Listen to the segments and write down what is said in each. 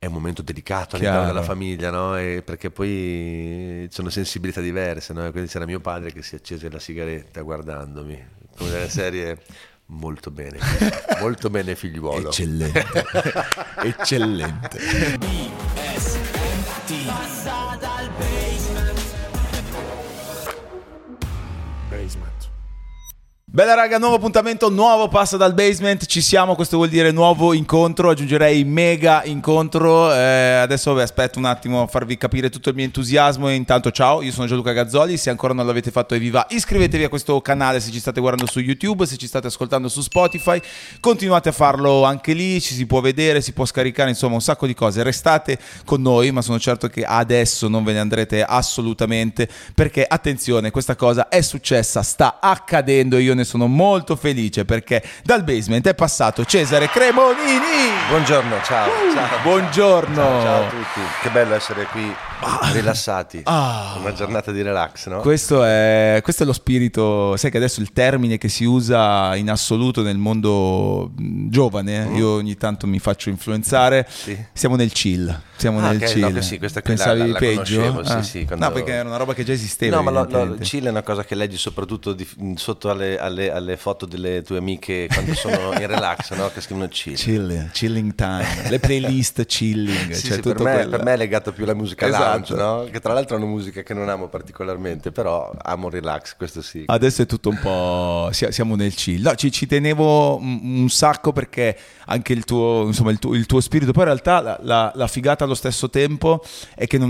è un momento delicato all'interno della famiglia, no? Perché poi sono sensibilità diverse, no? Quindi c'era mio padre che si accese la sigaretta guardandomi, come nella serie molto bene figliuolo. Eccellente. Eccellente. Passa dal basement. Bella raga, nuovo appuntamento, nuovo Passa dal Basement, ci siamo, questo vuol dire nuovo incontro, aggiungerei mega incontro. Adesso aspetto un attimo a farvi capire tutto il mio entusiasmo e intanto ciao, io sono Gianluca Gazzoli, se ancora non l'avete fatto evviva, iscrivetevi a questo canale se ci state guardando su YouTube, se ci state ascoltando su Spotify, continuate a farlo anche lì, ci si può vedere, si può scaricare, insomma un sacco di cose, restate con noi, ma sono certo che adesso non ve ne andrete assolutamente, perché attenzione, questa cosa è successa, sta accadendo e io ne sono molto felice perché dal basement è passato Cesare Cremonini. Buongiorno, ciao. Buongiorno. Ciao a tutti. Che bello essere qui rilassati. Una giornata di relax, no? Questo è lo spirito. Sai che adesso il termine che si usa in assoluto nel mondo giovane, io ogni tanto mi faccio influenzare. Sì. Siamo nel chill. Siamo nel chill. No, sì, questa qui pensavi la peggio? Sì, quando... No, perché era una roba che già esisteva. No, ma il chill è una cosa che leggi soprattutto sotto alle foto delle tue amiche quando sono in relax, no? Che scrivono chill. Chilling time, le playlist chilling. Sì, cioè sì, tutto per me è legato più alla musica lounge, esatto. no? Che tra l'altro è una musica che non amo particolarmente, però amo il relax, questo sì. Adesso è tutto un po', siamo nel chill. No, ci tenevo un sacco perché anche il tuo spirito, poi in realtà la figata allo stesso tempo è che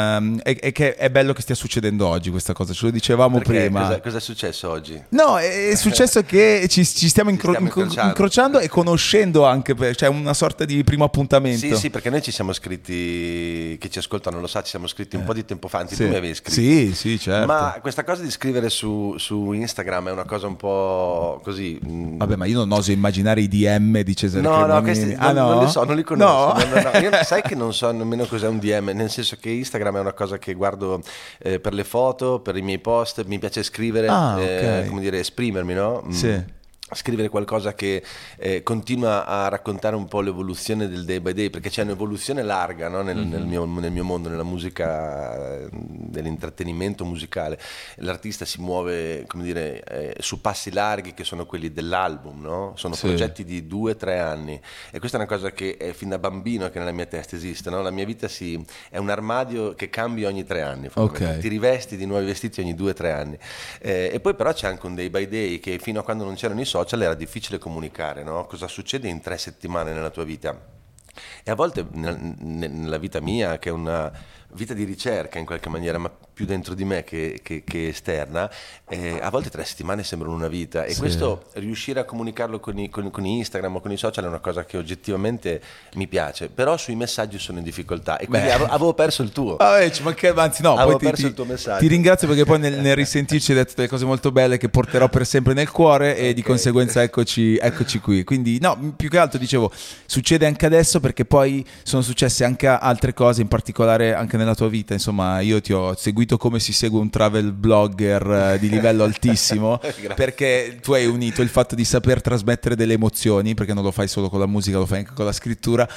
è che è bello che stia succedendo oggi questa cosa, ce lo dicevamo perché? Prima. Cosa è successo oggi? No, è successo che ci stiamo incrociando e conoscendo anche, cioè una sorta di primo appuntamento. Sì, perché noi ci siamo scritti, chi ci ascolta non lo sa, ci siamo scritti un po' di tempo fa, anzi tu mi avevi scritto. Sì, certo. Ma questa cosa di scrivere su Instagram è una cosa un po' così. Vabbè, ma io non oso immaginare i DM di Cesare Cremonini. Non li so, non li conosco. No. Io sai che non so nemmeno cos'è un DM, nel senso che Instagram è una cosa che guardo per le foto, per i miei post, mi piace scrivere, okay. come dire, esprimermi, no? Sì. Scrivere qualcosa che continua a raccontare un po' l'evoluzione del day by day, perché c'è un'evoluzione larga, no? nel mio mondo, nella musica, dell'intrattenimento musicale. L'artista si muove, come dire, su passi larghi che sono quelli dell'album, no? Sono progetti di 2-3 anni, e questa è una cosa che è fin da bambino che nella mia testa esiste, no? La mia vita è un armadio che cambia ogni 3 anni, okay. Ti rivesti di nuovi vestiti ogni 2-3 anni, e poi però c'è anche un day by day che fino a quando non c'erano i social era difficile comunicare, no? Cosa succede in 3 settimane nella tua vita? E a volte nella vita mia, che è una vita di ricerca in qualche maniera, ma più dentro di me che esterna, a volte 3 settimane sembrano una vita, e questo riuscire a comunicarlo con Instagram o con i social è una cosa che oggettivamente mi piace, però sui messaggi sono in difficoltà, e quindi avevo perso il tuo. Anzi no, avevo poi perso il tuo messaggio. Ti ringrazio perché poi nel risentirci hai detto delle cose molto belle che porterò per sempre nel cuore, e di conseguenza eccoci qui. Quindi no, più che altro dicevo, succede anche adesso perché poi sono successe anche altre cose, in particolare anche nella tua vita. Insomma, io ti ho seguito come si segue un travel blogger di livello altissimo, perché tu hai unito il fatto di saper trasmettere delle emozioni, perché non lo fai solo con la musica, lo fai anche con la scrittura,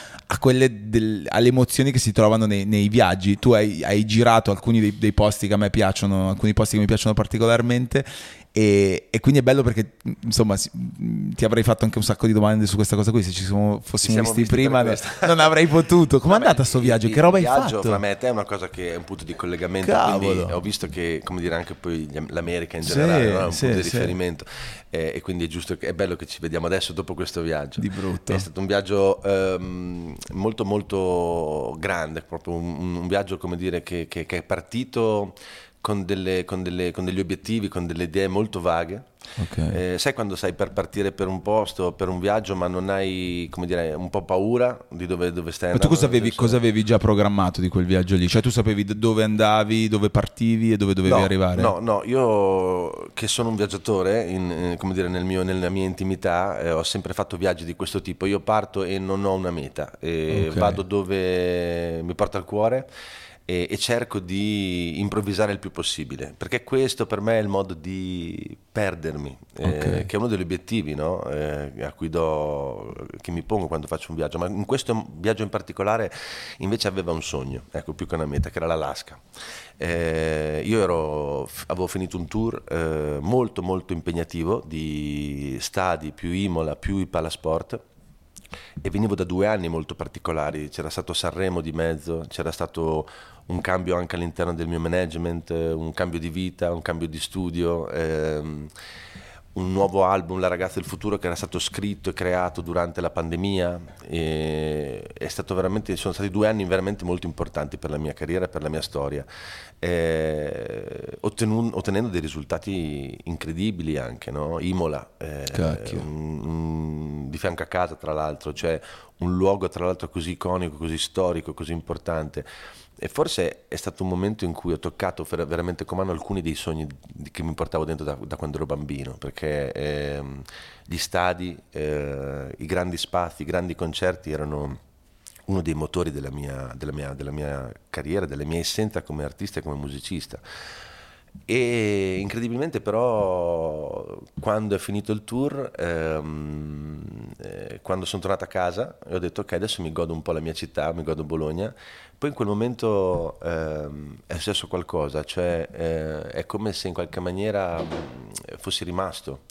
alle emozioni che si trovano nei viaggi. Tu hai girato alcuni dei posti che a me piacciono, alcuni posti che mi piacciono particolarmente, e quindi è bello perché insomma ti avrei fatto anche un sacco di domande su questa cosa qui, se fossimo visti prima non avrei potuto. Com'è andata sto viaggio? Che roba hai fatto? Il viaggio fra me e te è una cosa che è un punto di collegamento. Cavolo. Quindi ho visto che, come dire, anche poi l'America in generale, no? È un punto di riferimento, e quindi è bello che ci vediamo adesso dopo questo viaggio. Di brutto. È stato un viaggio molto molto grande, proprio un viaggio, come dire, che è partito con degli obiettivi, con delle idee molto vaghe. Okay. Sai quando sai per partire per un posto, per un viaggio, ma non hai, come dire, un po' paura di dove stai andando? Ma tu cosa avevi già programmato di quel viaggio lì? Cioè tu sapevi dove andavi, dove partivi e dove dovevi arrivare? No, io che sono un viaggiatore, come dire, nella mia intimità, ho sempre fatto viaggi di questo tipo. Io parto e non ho una meta, vado dove mi porta il cuore. e cerco di improvvisare il più possibile, perché questo per me è il modo di perdermi, Ok. che è uno degli obiettivi, no? A cui che mi pongo quando faccio un viaggio, ma in questo viaggio in particolare invece aveva un sogno, ecco, più che una meta, che era l'Alaska. Io avevo finito un tour molto molto impegnativo di stadi più Imola più i Palasport, e venivo da 2 anni molto particolari. C'era stato Sanremo di mezzo, c'era stato un cambio anche all'interno del mio management, un cambio di vita, un cambio di studio, un nuovo album, La ragazza del futuro, che era stato scritto e creato durante la pandemia. Sono stati 2 anni veramente molto importanti per la mia carriera e per la mia storia, ottenendo dei risultati incredibili anche, no? Imola, Cacchio. di fianco a casa tra l'altro, cioè un luogo tra l'altro così iconico, così storico, così importante. E forse è stato un momento in cui ho toccato veramente con mano alcuni dei sogni che mi portavo dentro da quando ero bambino, perché gli stadi, i grandi spazi, i grandi concerti erano uno dei motori della mia carriera, della mia essenza come artista e come musicista. E incredibilmente però quando è finito il tour, quando sono tornato a casa e ho detto ok, adesso mi godo un po' la mia città, mi godo Bologna. Poi in quel momento è successo qualcosa, cioè è come se in qualche maniera fossi rimasto.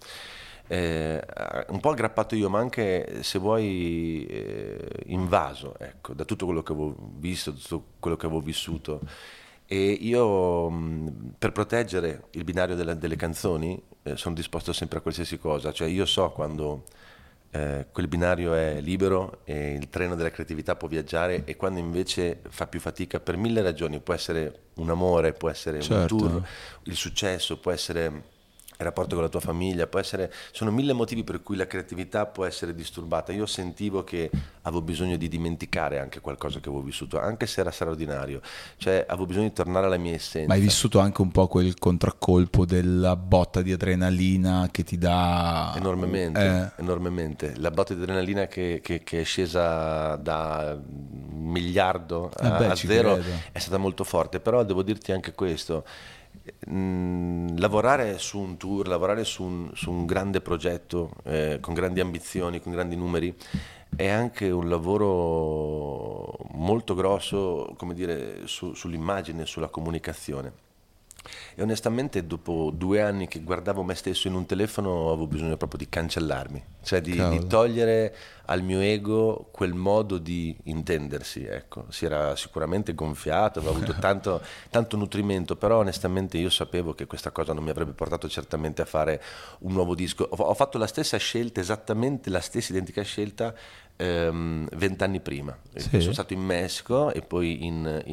Un po' aggrappato io, ma anche se vuoi invaso, ecco, da tutto quello che avevo visto, da tutto quello che avevo vissuto. E io per proteggere il binario delle canzoni sono disposto sempre a qualsiasi cosa, cioè io so quando quel binario è libero e il treno della creatività può viaggiare, e quando invece fa più fatica per mille ragioni. Può essere un amore, può essere un Certo. tour, il successo, può essere il rapporto con la tua famiglia, sono mille motivi per cui la creatività può essere disturbata. Io sentivo che avevo bisogno di dimenticare anche qualcosa che avevo vissuto, anche se era straordinario, cioè avevo bisogno di tornare alla mia essenza. Ma hai vissuto anche un po' quel contraccolpo della botta di adrenalina che ti dà... Enormemente, enormemente. La botta di adrenalina che è scesa da 1 miliardo a ci zero credo. è stata molto forte, però devo dirti anche questo. Lavorare su un tour, lavorare su un grande progetto con grandi ambizioni, con grandi numeri, è anche un lavoro molto grosso, come dire, sull'immagine, sulla comunicazione. E onestamente dopo 2 anni che guardavo me stesso in un telefono avevo bisogno proprio di cancellarmi, cioè di Cavolo. togliere al mio ego quel modo di intendersi, ecco. Si era sicuramente gonfiato, aveva avuto tanto nutrimento, però onestamente io sapevo che questa cosa non mi avrebbe portato certamente a fare un nuovo disco. Ho fatto la stessa scelta, esattamente la stessa identica scelta 20 anni prima. Sì. Sono stato in Messico e poi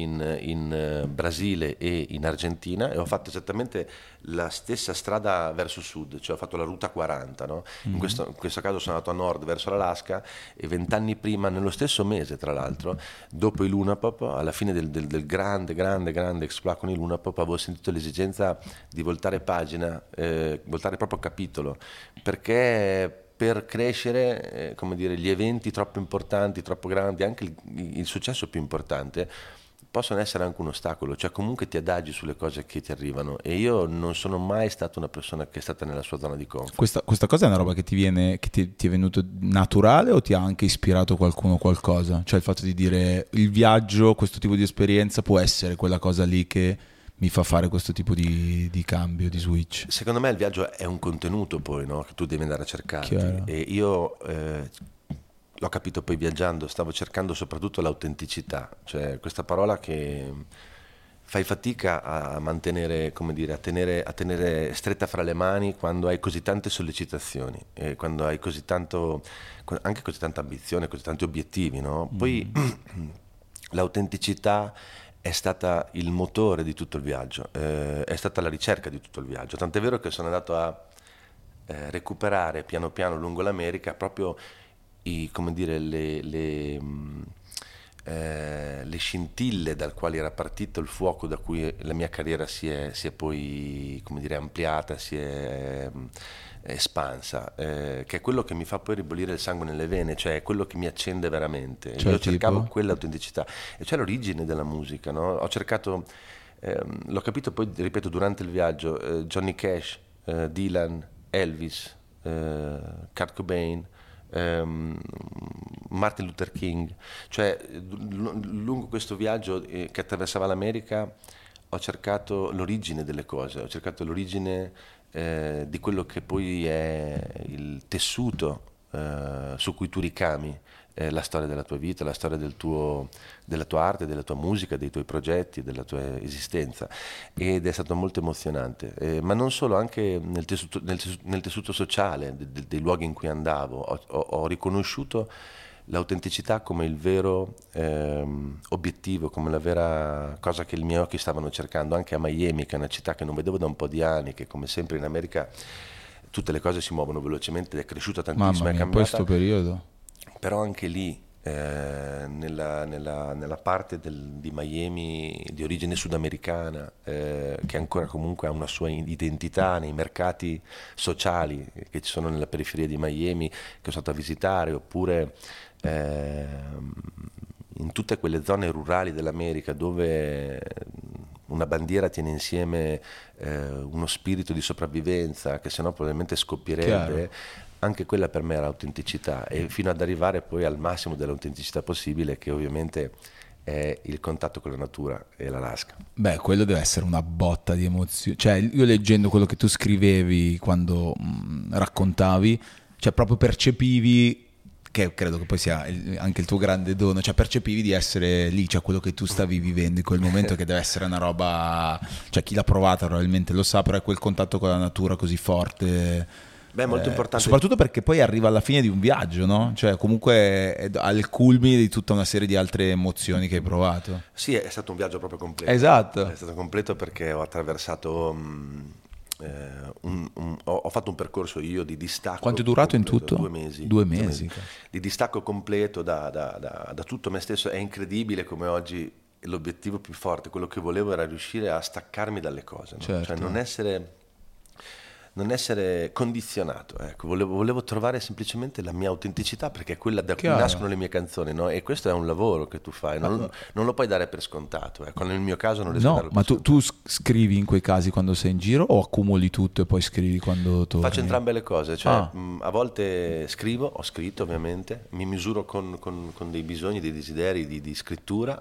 in Brasile e in Argentina, e ho fatto esattamente la stessa strada verso sud, cioè ho fatto la ruta 40, no? In questo caso sono andato a nord verso l'Alaska, e 20 anni prima, nello stesso mese tra l'altro, dopo i Luna Pop, alla fine del grande exploit con i Luna Pop, avevo sentito l'esigenza di voltare pagina, voltare proprio capitolo, perché per crescere, come dire, gli eventi troppo importanti, troppo grandi, anche il successo più importante, possono essere anche un ostacolo, cioè comunque ti adagi sulle cose che ti arrivano, e io non sono mai stata una persona che è stata nella sua zona di comfort. Questa cosa è una roba che ti viene, che ti è venuto naturale, o ti ha anche ispirato qualcuno o qualcosa? Cioè il fatto di dire il viaggio, questo tipo di esperienza può essere quella cosa lì che mi fa fare questo tipo di cambio, di switch. Secondo me il viaggio è un contenuto poi, no? Che tu devi andare a cercarti. Chiaro. E io l'ho capito poi viaggiando, stavo cercando soprattutto l'autenticità, cioè questa parola che fai fatica a mantenere, come dire, a tenere stretta fra le mani quando hai così tante sollecitazioni, e quando hai anche così tanta ambizione, così tanti obiettivi, no? Poi l'autenticità è stata il motore di tutto il viaggio, è stata la ricerca di tutto il viaggio, tant'è vero che sono andato a recuperare piano piano lungo l'America proprio come dire, le le scintille dal quale era partito il fuoco da cui la mia carriera si è poi, come dire, ampliata, si è espansa, che è quello che mi fa poi ribollire il sangue nelle vene, cioè è quello che mi accende veramente. Cioè, io cercavo tipo? quell'autenticità, e cioè l'origine della musica, no? Ho cercato, l'ho capito poi, ripeto, durante il viaggio, Johnny Cash, Dylan, Elvis, Kurt Cobain, Martin Luther King, cioè lungo questo viaggio che attraversava l'America ho cercato l'origine delle cose, ho cercato l'origine di quello che poi è il tessuto su cui tu ricami la storia della tua vita, la storia della tua arte, della tua musica, dei tuoi progetti, della tua esistenza, ed è stato molto emozionante, ma non solo, anche nel tessuto sociale dei luoghi in cui andavo, ho riconosciuto l'autenticità come il vero obiettivo, come la vera cosa che i miei occhi stavano cercando, anche a Miami, che è una città che non vedevo da un po' di anni, che come sempre in America tutte le cose si muovono velocemente ed è cresciuta tantissimo, Mamma è mia, cambiata, questo periodo. però anche lì nella parte di Miami di origine sudamericana, che ancora comunque ha una sua identità nei mercati sociali che ci sono nella periferia di Miami, che sono stato a visitare, oppure in tutte quelle zone rurali dell'America dove una bandiera tiene insieme uno spirito di sopravvivenza che sennò probabilmente scoppierebbe. Chiaro. Anche quella per me era autenticità, e fino ad arrivare poi al massimo dell'autenticità possibile, che ovviamente è il contatto con la natura e l'Alaska. Beh, quello deve essere una botta di emozioni. Cioè, io leggendo quello che tu scrivevi quando raccontavi, cioè proprio percepivi, che credo che poi sia anche il tuo grande dono, cioè percepivi di essere lì, cioè quello che tu stavi vivendo in quel momento, che deve essere una roba, cioè chi l'ha provata probabilmente lo sa, però è quel contatto con la natura così forte. Beh, è molto importante. Soprattutto perché poi arriva alla fine di un viaggio, no? Cioè comunque è al culmine di tutta una serie di altre emozioni che hai provato. Sì, è stato un viaggio proprio completo. Esatto. È stato completo perché ho attraversato, ho fatto un percorso io di distacco. Quanto è durato in completo, tutto? 2 mesi. 2 mesi. Di distacco completo da tutto me stesso. È incredibile come oggi l'obiettivo più forte, quello che volevo, era riuscire a staccarmi dalle cose, no? Certo. Cioè non essere condizionato, ecco. Volevo trovare semplicemente la mia autenticità, perché è quella da cui Chiaro. nascono le mie canzoni, no? E questo è un lavoro che tu fai, non lo puoi dare per scontato, ecco. Nel mio caso non riesco a No, darlo ma per tu scontato. scrivi in quei casi quando sei in giro o accumuli tutto e poi scrivi quando torni? Faccio entrambe le cose, cioè Ah. a volte scrivo, ho scritto ovviamente, mi misuro con dei bisogni, dei desideri di scrittura,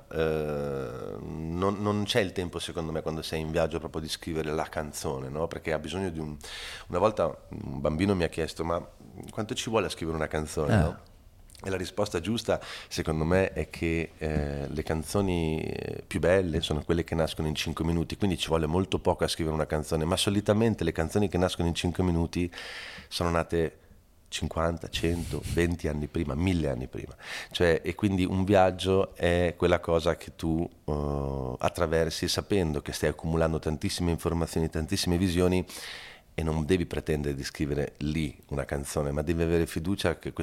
non c'è il tempo secondo me quando sei in viaggio proprio di scrivere la canzone, no? Perché ha bisogno di una volta un bambino mi ha chiesto: ma quanto ci vuole a scrivere una canzone, no? E la risposta giusta, secondo me, è che le canzoni più belle sono quelle che nascono in 5 minuti, quindi ci vuole molto poco a scrivere una canzone, ma solitamente le canzoni che nascono in 5 minuti sono nate 50, 100, 20 anni prima, 1000 anni prima. Cioè, e quindi un viaggio è quella cosa che tu attraversi sapendo che stai accumulando tantissime informazioni, tantissime visioni, e non devi pretendere di scrivere lì una canzone, ma devi avere fiducia che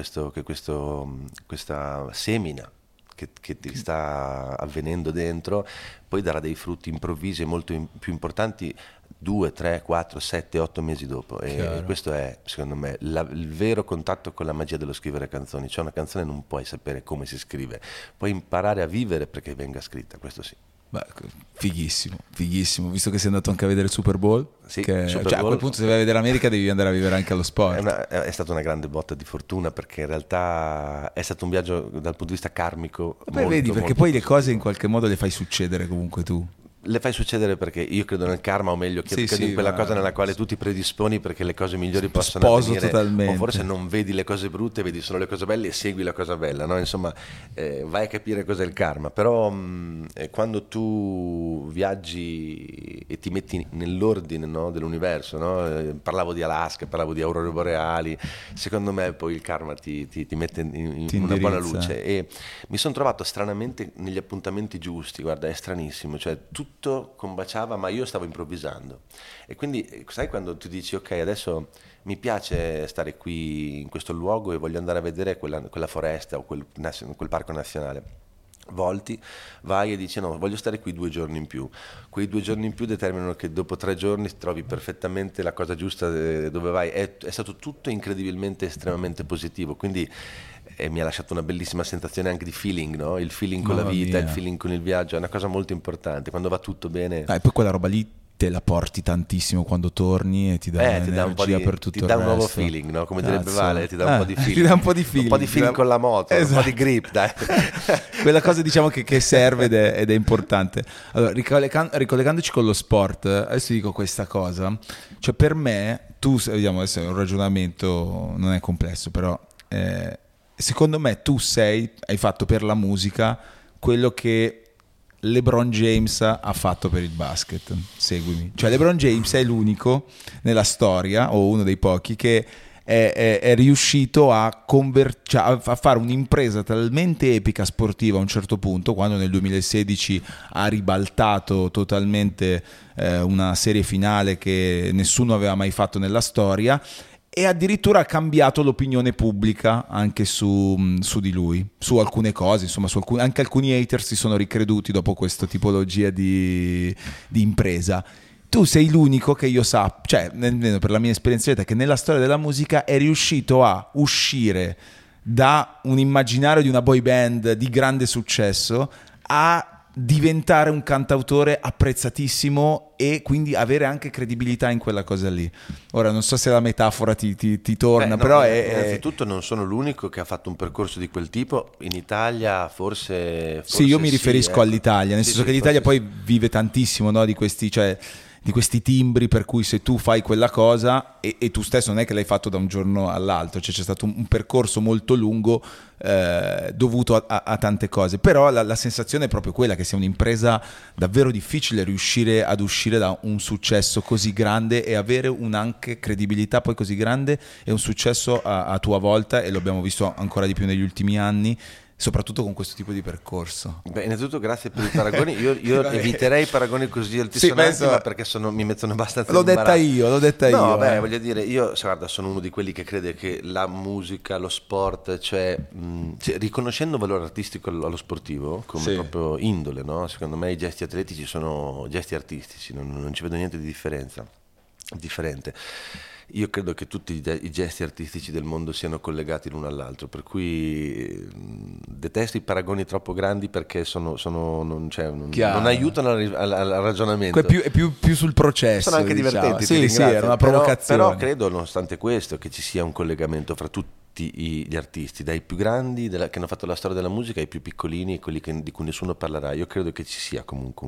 questa semina che ti sta avvenendo dentro poi darà dei frutti improvvisi e molto più importanti 2, 3, 4, 7, 8 mesi dopo. E questo è, secondo me, il vero contatto con la magia dello scrivere canzoni. Cioè, una canzone non puoi sapere come si scrive, puoi imparare a vivere perché venga scritta, questo sì. Beh, fighissimo, fighissimo, visto che sei andato anche a vedere il Super Bowl, Sì, che, Super cioè, a Bowl. quel punto se vai a vedere l'America devi andare a vivere anche allo sport. È stata una grande botta di fortuna, perché in realtà è stato un viaggio dal punto di vista karmico. E poi vedi, perché poi le cose in qualche modo le fai succedere comunque tu. Le fai succedere perché io credo nel karma, o meglio, Sì, credo sì, in quella ma- cosa nella quale tu ti predisponi perché le cose migliori possano Sposo avvenire, totalmente. o forse non vedi le cose brutte, vedi solo le cose belle e segui la cosa bella, no? Insomma, vai a capire cos'è il karma. Però quando tu viaggi e ti metti nell'ordine, no, dell'universo, no? Parlavo di Alaska, parlavo di aurore boreali, secondo me poi il karma ti mette in Ti una buona indirizza. luce. E mi sono trovato stranamente negli appuntamenti giusti, guarda, è stranissimo, cioè tutto combaciava, ma io stavo improvvisando. E quindi sai quando tu dici: ok, adesso mi piace stare qui in questo luogo e voglio andare a vedere quella foresta o quel parco nazionale. volti, vai e dici no, voglio stare qui 2 giorni in più. Quei 2 giorni in più determinano che dopo 3 giorni trovi perfettamente la cosa giusta dove vai. È stato tutto incredibilmente estremamente positivo, quindi mi ha lasciato una bellissima sensazione anche di feeling, no? Il feeling con la Mamma vita, mia. il feeling con il viaggio, è una cosa molto importante, quando va tutto bene. E poi quella roba lì te la porti tantissimo quando torni e ti dà Ti dà un po' un'energia di, per tutto ti dà il un nuovo resto. feeling, no? Come Cazzo. direbbe Vale, ti dà un po' di feeling. Ti dà un po' di feeling. Un po' di feeling con la moto, un Esatto. po' di grip, dai. Quella cosa diciamo che serve ed è importante. Allora, ricollegandoci con lo sport, adesso ti dico questa cosa. Cioè per me, vediamo adesso è un ragionamento, non è complesso, però secondo me tu hai fatto per la musica quello che LeBron James ha fatto per il basket. Seguimi. Cioè LeBron James è l'unico nella storia, o uno dei pochi, che è riuscito cioè a fare un'impresa talmente epica sportiva a un certo punto, quando nel 2016 ha ribaltato totalmente una serie finale che nessuno aveva mai fatto nella storia, e addirittura ha cambiato l'opinione pubblica anche su di lui, su alcune cose, insomma, anche alcuni haters si sono ricreduti dopo questa tipologia di impresa. Tu sei l'unico che io sappia, cioè nemmeno per la mia esperienza che nella storia della musica è riuscito a uscire da un immaginario di una boy band di grande successo a diventare un cantautore apprezzatissimo e quindi avere anche credibilità in quella cosa lì. Ora non so se la metafora ti torna, No, però innanzitutto non sono l'unico che ha fatto un percorso di quel tipo in Italia, forse sì, io mi riferisco ecco. all'Italia, nel senso che l'Italia forse poi vive tantissimo, no, di questi timbri per cui se tu fai quella cosa e tu stesso non è che l'hai fatto da un giorno all'altro, cioè c'è stato un percorso molto lungo dovuto a tante cose, però la sensazione è proprio quella che sia un'impresa davvero difficile riuscire ad uscire da un successo così grande e avere anche credibilità poi così grande e un successo a tua volta, e lo abbiamo visto ancora di più negli ultimi anni, soprattutto con questo tipo di percorso. Beh, innanzitutto grazie per i paragoni. Io eviterei paragoni così altisonanti, penso- ma perché mi mettono abbastanza L'ho in detta imbarazzo. io. No, beh, voglio dire, io guarda, sono uno di quelli che crede che la musica, lo sport, cioè riconoscendo valore artistico allo sportivo come Sì. proprio indole, no? Secondo me i gesti atletici sono gesti artistici, non ci vedo niente di differente. Io credo che tutti i gesti artistici del mondo siano collegati l'uno all'altro, per cui detesto i paragoni troppo grandi perché non aiutano al ragionamento. È più sul processo. Sono anche diciamo. divertenti, ti Sì, ringrazio. era una provocazione. Però credo, nonostante questo, che ci sia un collegamento fra tutti gli artisti, dai più grandi che hanno fatto la storia della musica ai più piccolini, quelli di cui nessuno parlerà. Io credo che ci sia comunque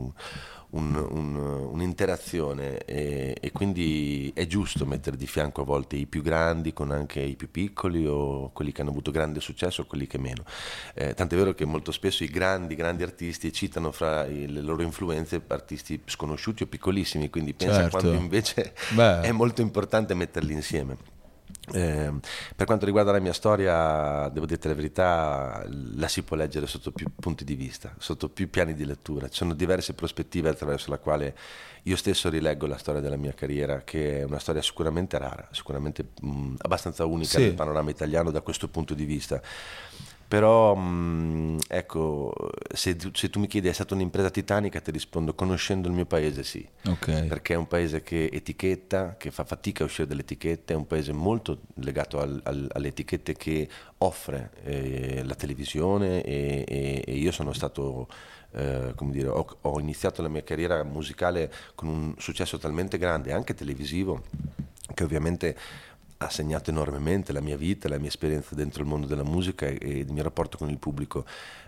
un'interazione e quindi è giusto mettere di fianco a volte i più grandi con anche i più piccoli, o quelli che hanno avuto grande successo o quelli che meno. Tant'è vero che molto spesso i grandi artisti citano fra le loro influenze artisti sconosciuti o piccolissimi, quindi pensa Certo. quando invece Beh. è molto importante metterli insieme. Per quanto riguarda la mia storia, devo dirti la verità, la si può leggere sotto più punti di vista, sotto più piani di lettura. Ci sono diverse prospettive attraverso la quale io stesso rileggo la storia della mia carriera, che è una storia sicuramente rara, sicuramente abbastanza unica Sì. nel panorama italiano da questo punto di vista. Però ecco, se tu mi chiedi è stata un'impresa titanica, ti rispondo conoscendo il mio paese sì. Ok. Perché è un paese che etichetta, che fa fatica a uscire dalle etichette, è un paese molto legato alle etichette che offre la televisione e io sono stato, come dire, ho iniziato la mia carriera musicale con un successo talmente grande, anche televisivo, che ovviamente ha segnato enormemente la mia vita, la mia esperienza dentro il mondo della musica e il mio rapporto con il pubblico.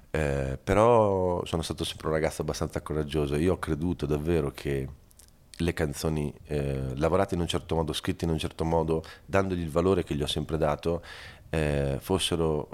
Però sono stato sempre un ragazzo abbastanza coraggioso. Io ho creduto davvero che le canzoni lavorate in un certo modo, scritte in un certo modo, dandogli il valore che gli ho sempre dato, fossero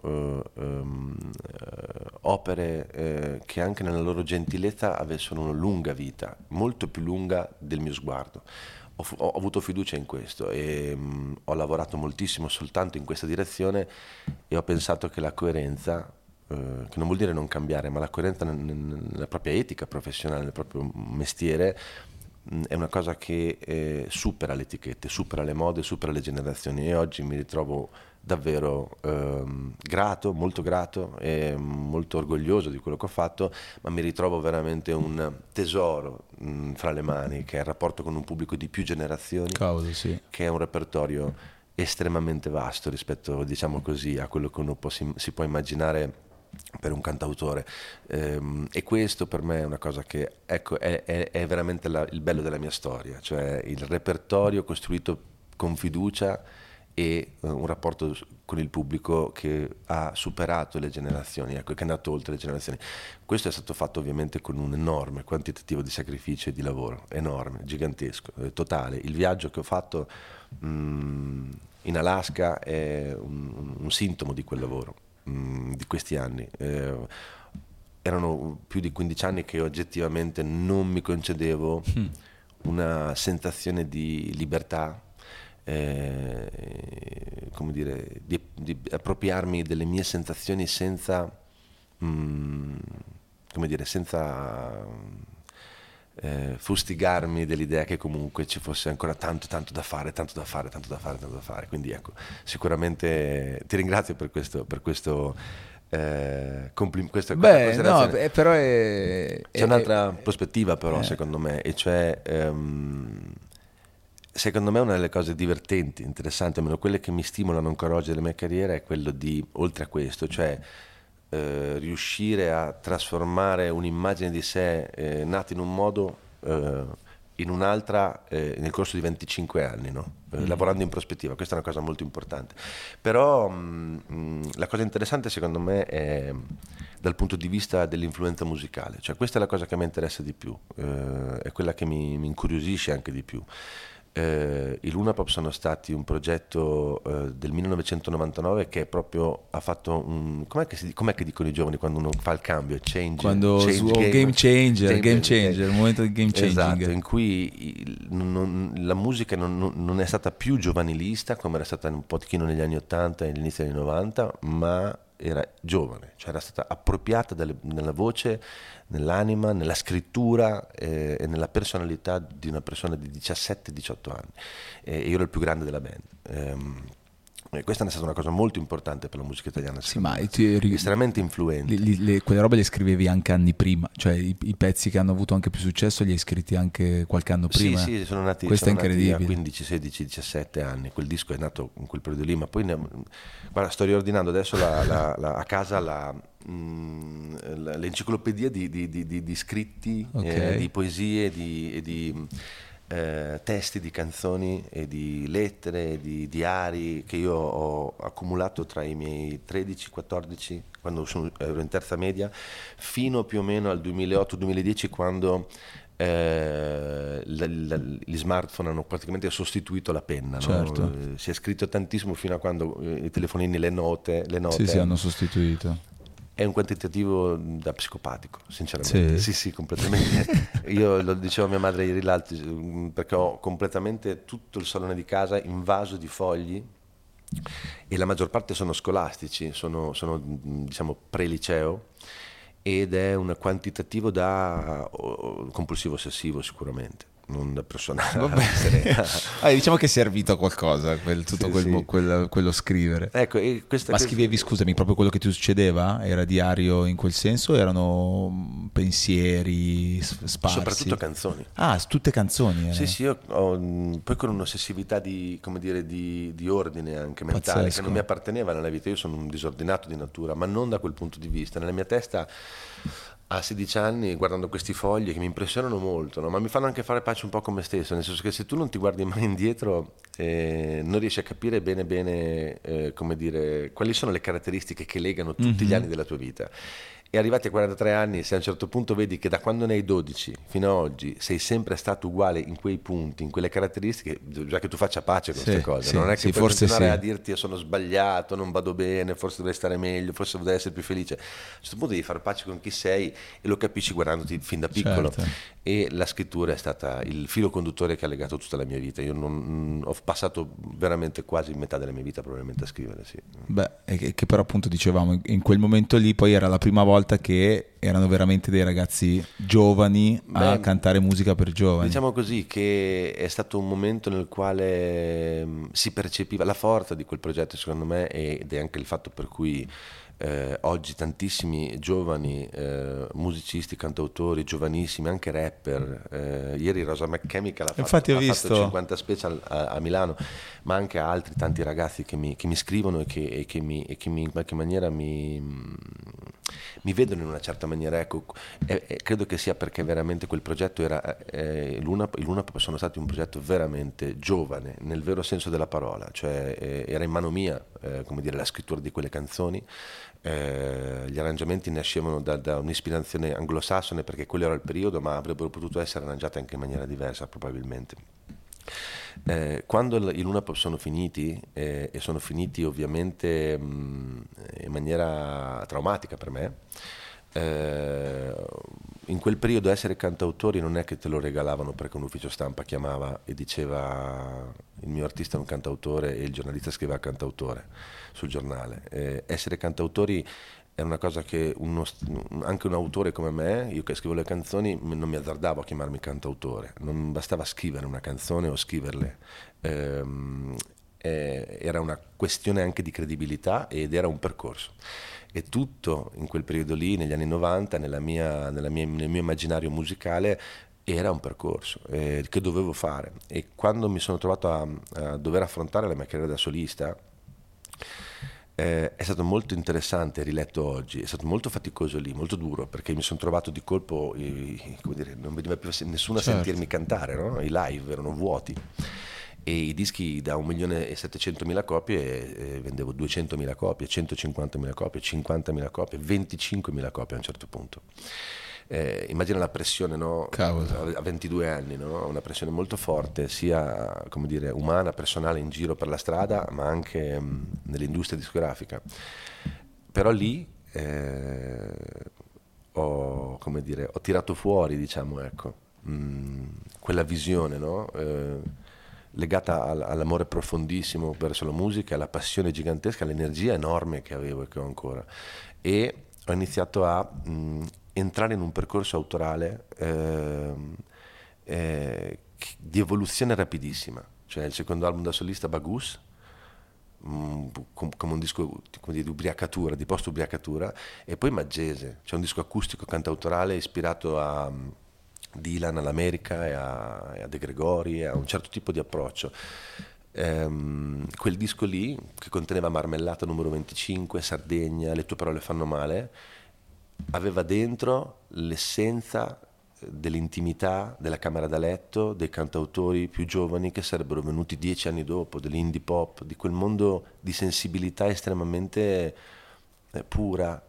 opere che anche nella loro gentilezza avessero una lunga vita, molto più lunga del mio sguardo. Ho avuto fiducia in questo e ho lavorato moltissimo soltanto in questa direzione e ho pensato che la coerenza, che non vuol dire non cambiare, ma la coerenza nella propria etica professionale, nel proprio mestiere, è una cosa che supera le etichette, supera le mode, supera le generazioni, e oggi mi ritrovo davvero grato, molto grato e molto orgoglioso di quello che ho fatto, ma mi ritrovo veramente un tesoro fra le mani, che è il rapporto con un pubblico di più generazioni, Cavolo, sì. che è un repertorio estremamente vasto rispetto, diciamo così, a quello che uno si può immaginare per un cantautore, e questo per me è una cosa che, ecco, è veramente il bello della mia storia, cioè il repertorio costruito con fiducia e un rapporto con il pubblico che ha superato le generazioni, ecco, che è andato oltre le generazioni. Questo è stato fatto ovviamente con un enorme quantitativo di sacrificio e di lavoro, enorme, gigantesco, totale. Il viaggio che ho fatto in Alaska è un sintomo di quel lavoro, di questi anni. Erano più di 15 anni che oggettivamente non mi concedevo una sensazione di libertà, come dire, di appropriarmi delle mie sensazioni senza, come dire, senza fustigarmi dell'idea che comunque ci fosse ancora tanto da fare. Quindi ecco, sicuramente ti ringrazio per questo questa Beh, no, considerazione. però C'è un'altra prospettiva però, secondo me, e cioè secondo me una delle cose divertenti, interessanti, almeno quelle che mi stimolano ancora oggi nella mia carriera, è quello di, oltre a questo, cioè riuscire a trasformare un'immagine di sé nata in un modo in un'altra nel corso di 25 anni, no? Lavorando in prospettiva. Questa è una cosa molto importante. Però la cosa interessante secondo me è dal punto di vista dell'influenza musicale, cioè questa è la cosa che mi interessa di più, è quella che mi incuriosisce anche di più. I Luna Pop sono stati un progetto del 1999 che proprio ha fatto un... com'è che dicono i giovani quando uno fa il cambio? Game changer, il momento di game changing. Esatto, in cui la musica non è stata più giovanilista come era stata un pochino negli anni 80 e all'inizio degli 90, ma era giovane, cioè era stata appropriata nella voce, nell'anima, nella scrittura e nella personalità di una persona di 17-18 anni. E io ero il più grande della band. E questa è stata una cosa molto importante per la musica italiana, sì, ma estremamente influente. Quelle robe le scrivevi anche anni prima, cioè i pezzi che hanno avuto anche più successo li hai scritti anche qualche anno prima. Sì, sono nati, questo sono è incredibile. Nati a 15, 16, 17 anni. Quel disco è nato in quel periodo lì, ma poi guarda, sto riordinando adesso a casa l'enciclopedia di scritti, okay, di poesie e di testi di canzoni e di lettere e di diari che io ho accumulato tra i miei 13-14, quando ero in terza media, fino più o meno al 2008-2010, quando gli smartphone hanno praticamente sostituito la penna, certo, no? Si è scritto tantissimo fino a quando i telefonini, le note sì, hanno sostituito. È un quantitativo da psicopatico, sinceramente. Sì, completamente. Io lo dicevo a mia madre ieri l'altro, perché ho completamente tutto il salone di casa invaso di fogli e la maggior parte sono scolastici, sono diciamo pre-liceo, ed è un quantitativo da compulsivo ossessivo sicuramente. Non da persona diciamo che è servito a qualcosa quello scrivere. Ecco, ma scrivevi, scusami, proprio quello che ti succedeva? Era diario in quel senso o erano pensieri sparsi? Soprattutto canzoni. Tutte canzoni. Sì, io poi con un'ossessività di ordine anche mentale. Pazzesco. Che non mi apparteneva nella vita. Io sono un disordinato di natura, ma non da quel punto di vista. Nella mia testa a 16 anni, guardando questi fogli che mi impressionano molto, no? Ma mi fanno anche fare pace un po' con me stesso, nel senso che se tu non ti guardi mai indietro non riesci a capire bene come dire, quali sono le caratteristiche che legano tutti gli anni della tua vita. E arrivati a 43 anni, se a un certo punto vedi che da quando ne hai 12 fino ad oggi sei sempre stato uguale in quei punti, in quelle caratteristiche, già che tu faccia pace con queste cose, non è che puoi continuare a dirti io sono sbagliato, non vado bene, forse dovrei stare meglio, forse dovrei essere più felice. A un certo punto devi fare pace con chi sei e lo capisci guardandoti fin da piccolo. Certo. E la scrittura è stata il filo conduttore che ha legato tutta la mia vita. Io ho passato veramente quasi metà della mia vita probabilmente a scrivere, sì. Beh, che però appunto dicevamo, in quel momento lì poi era la prima volta volta che erano veramente dei ragazzi giovani a Beh, cantare musica per giovani. Diciamo così che è stato un momento nel quale si percepiva la forza di quel progetto, secondo me, ed è anche il fatto per cui oggi tantissimi giovani musicisti, cantautori, giovanissimi, anche rapper, ieri Rosa McChemical Infatti ho ha visto. fatto 50 special a Milano, ma anche altri tanti ragazzi che mi scrivono e che in qualche maniera mi vedono in una certa maniera, ecco, credo che sia perché veramente quel progetto era, i Lunapop sono stati un progetto veramente giovane, nel vero senso della parola, cioè era in mano mia, come dire, la scrittura di quelle canzoni, gli arrangiamenti nascevano da un'ispirazione anglosassone perché quello era il periodo, ma avrebbero potuto essere arrangiate anche in maniera diversa probabilmente. Quando i Lunapop sono finiti, e sono finiti ovviamente in maniera traumatica per me, in quel periodo essere cantautori non è che te lo regalavano perché un ufficio stampa chiamava e diceva il mio artista è un cantautore e il giornalista scriveva cantautore sul giornale. Essere cantautori è una cosa che anche un autore come me, io che scrivo le canzoni, non mi azzardavo a chiamarmi cantautore, non bastava scrivere una canzone o scriverle. Era una questione anche di credibilità ed era un percorso. E tutto in quel periodo lì, negli anni 90, nel mio immaginario musicale, era un percorso che dovevo fare. E quando mi sono trovato a dover affrontare la mia carriera da solista, è stato molto interessante, riletto oggi, è stato molto faticoso lì, molto duro, perché mi sono trovato di colpo, come dire, non veniva più nessuno a sentirmi cantare, no? I live erano vuoti e i dischi da 1.700.000 copie vendevo 200.000 copie, 150.000 copie, 50.000 copie, 25.000 copie a un certo punto. Immagina la pressione, no? A 22 anni, no? Una pressione molto forte sia, come dire, umana, personale in giro per la strada, ma anche nell'industria discografica. Però lì ho tirato fuori, diciamo, ecco, quella visione, no? Legata all'amore profondissimo verso la musica, alla passione gigantesca, all'energia enorme che avevo e che ho ancora. E ho iniziato a entrare in un percorso autorale di evoluzione rapidissima, cioè il secondo album da solista, Bagus, come un disco come di ubriacatura, di post-ubriacatura, e poi Maggese, cioè un disco acustico cantautorale ispirato a Dylan, all'America e a De Gregori, a un certo tipo di approccio. Quel disco lì, che conteneva Marmellata numero 25, Sardegna, Le tue parole fanno male, aveva dentro l'essenza dell'intimità della camera da letto, dei cantautori più giovani che sarebbero venuti 10 anni dopo, dell'indie pop, di quel mondo di sensibilità estremamente pura,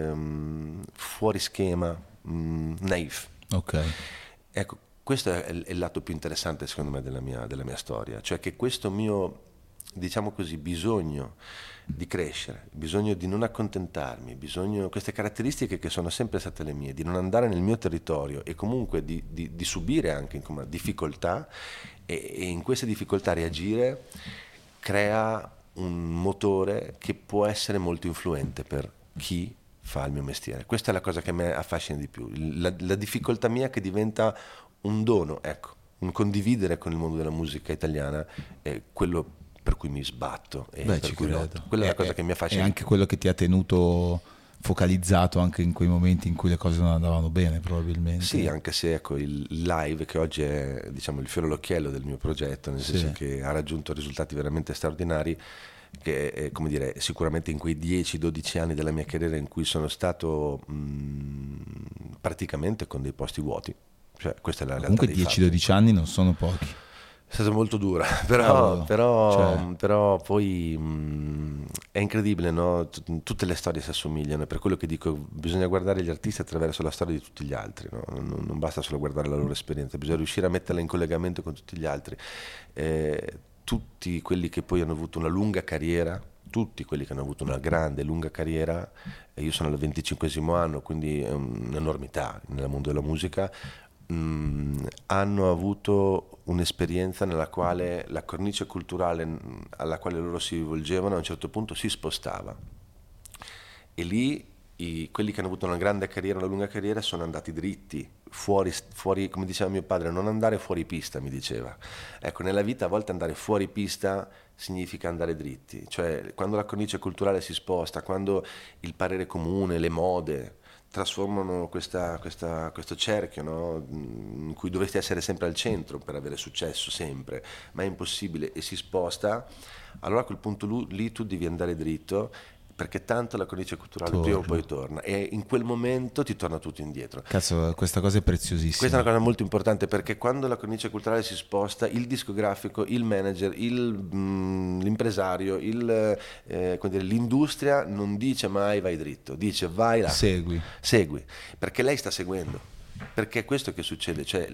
fuori schema, naif. Ok. Ecco, questo è il lato più interessante secondo me della mia storia, cioè che questo mio, diciamo così, bisogno di crescere, bisogno di non accontentarmi, queste caratteristiche che sono sempre state le mie, di non andare nel mio territorio e comunque di subire anche difficoltà e in queste difficoltà reagire, crea un motore che può essere molto influente per chi fa il mio mestiere. Questa è la cosa che a me affascina di più, la difficoltà mia che diventa un dono, ecco, un condividere con il mondo della musica italiana è quello per cui mi sbatto e Beh, per ci cui credo. lotto. Quella è la cosa che mi affascina. E anche quello che ti ha tenuto focalizzato anche in quei momenti in cui le cose non andavano bene, probabilmente. Sì, anche se ecco il live che oggi è, diciamo, il fiore all'occhiello del mio progetto, nel senso che ha raggiunto risultati veramente straordinari, che è, come dire, sicuramente in quei 10-12 anni della mia carriera in cui sono stato praticamente con dei posti vuoti. Cioè, questa è la realtà. Comunque 10-12 anni non sono pochi. È stato molto dura, però poi è incredibile, no? Tutte le storie si assomigliano, è per quello che dico, bisogna guardare gli artisti attraverso la storia di tutti gli altri, no? Non basta solo guardare la loro esperienza, bisogna riuscire a metterla in collegamento con tutti gli altri. Tutti quelli che poi hanno avuto una lunga carriera, tutti quelli che hanno avuto una grande, lunga carriera, io sono al 25esimo anno, quindi è un'enormità nel mondo della musica, hanno avuto un'esperienza nella quale la cornice culturale alla quale loro si rivolgevano a un certo punto si spostava e lì quelli che hanno avuto una grande carriera, una lunga carriera, sono andati dritti, fuori, come diceva mio padre, non andare fuori pista, mi diceva. Ecco, nella vita a volte andare fuori pista significa andare dritti, cioè quando la cornice culturale si sposta, quando il parere comune, le mode trasformano questo cerchio, no? In cui dovresti essere sempre al centro per avere successo, sempre, ma è impossibile e si sposta, allora a quel punto lì tu devi andare dritto, perché tanto la cornice culturale prima o poi torna, e in quel momento ti torna tutto indietro. Cazzo, questa cosa è preziosissima. Questa è una cosa molto importante, perché quando la cornice culturale si sposta, il discografico, il manager, l'impresario, come dire, l'industria non dice mai vai dritto, dice vai là, segui, perché lei sta seguendo. Perché è questo che succede, cioè,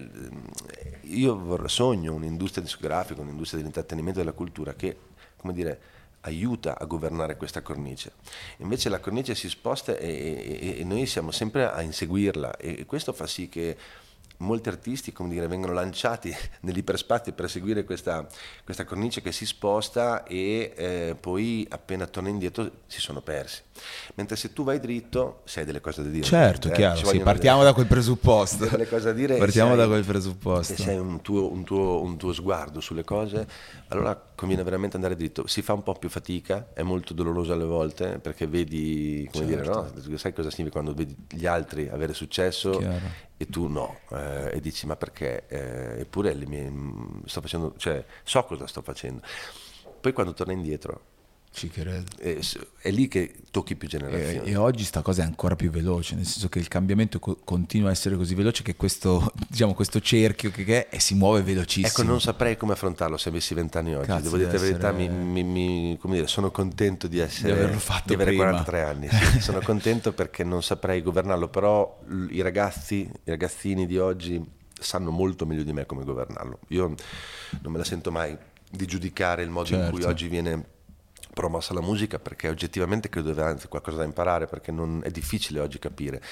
io sogno un'industria discografica, un'industria dell'intrattenimento e della cultura che, come dire, aiuta a governare questa cornice. Invece la cornice si sposta e noi siamo sempre a inseguirla, e questo fa sì che molti artisti, come dire, vengono lanciati nell'iperspazio per seguire questa cornice che si sposta e poi appena torna indietro si sono persi. Mentre se tu vai dritto, se hai delle cose da dire. Certo, chiaro, sì, partiamo da quel presupposto. Delle cose da dire. Partiamo da quel presupposto. Se hai un tuo sguardo sulle cose, allora conviene veramente andare dritto. Si fa un po' più fatica, è molto doloroso alle volte, perché vedi, come dire, no? Sai cosa significa quando vedi gli altri avere successo, chiaro, e tu no, e dici ma perché? Eppure sto facendo, cioè so cosa sto facendo. Poi quando torna indietro, ci credo, è lì che tocchi più generazioni. E oggi sta cosa è ancora più veloce, nel senso che il cambiamento continua a essere così veloce che questo, diciamo, questo cerchio che è, si muove velocissimo. Ecco, non saprei come affrontarlo se avessi 20 anni oggi. Cazzo, devo dire la verità, come dire, sono contento di averlo fatto, di avere prima. 43 anni. Sì, sono contento perché non saprei governarlo, però i ragazzini di oggi sanno molto meglio di me come governarlo. Io non me la sento mai di giudicare il modo in cui oggi viene promossa la musica, perché oggettivamente credo che abbia qualcosa da imparare, perché è difficile oggi capire.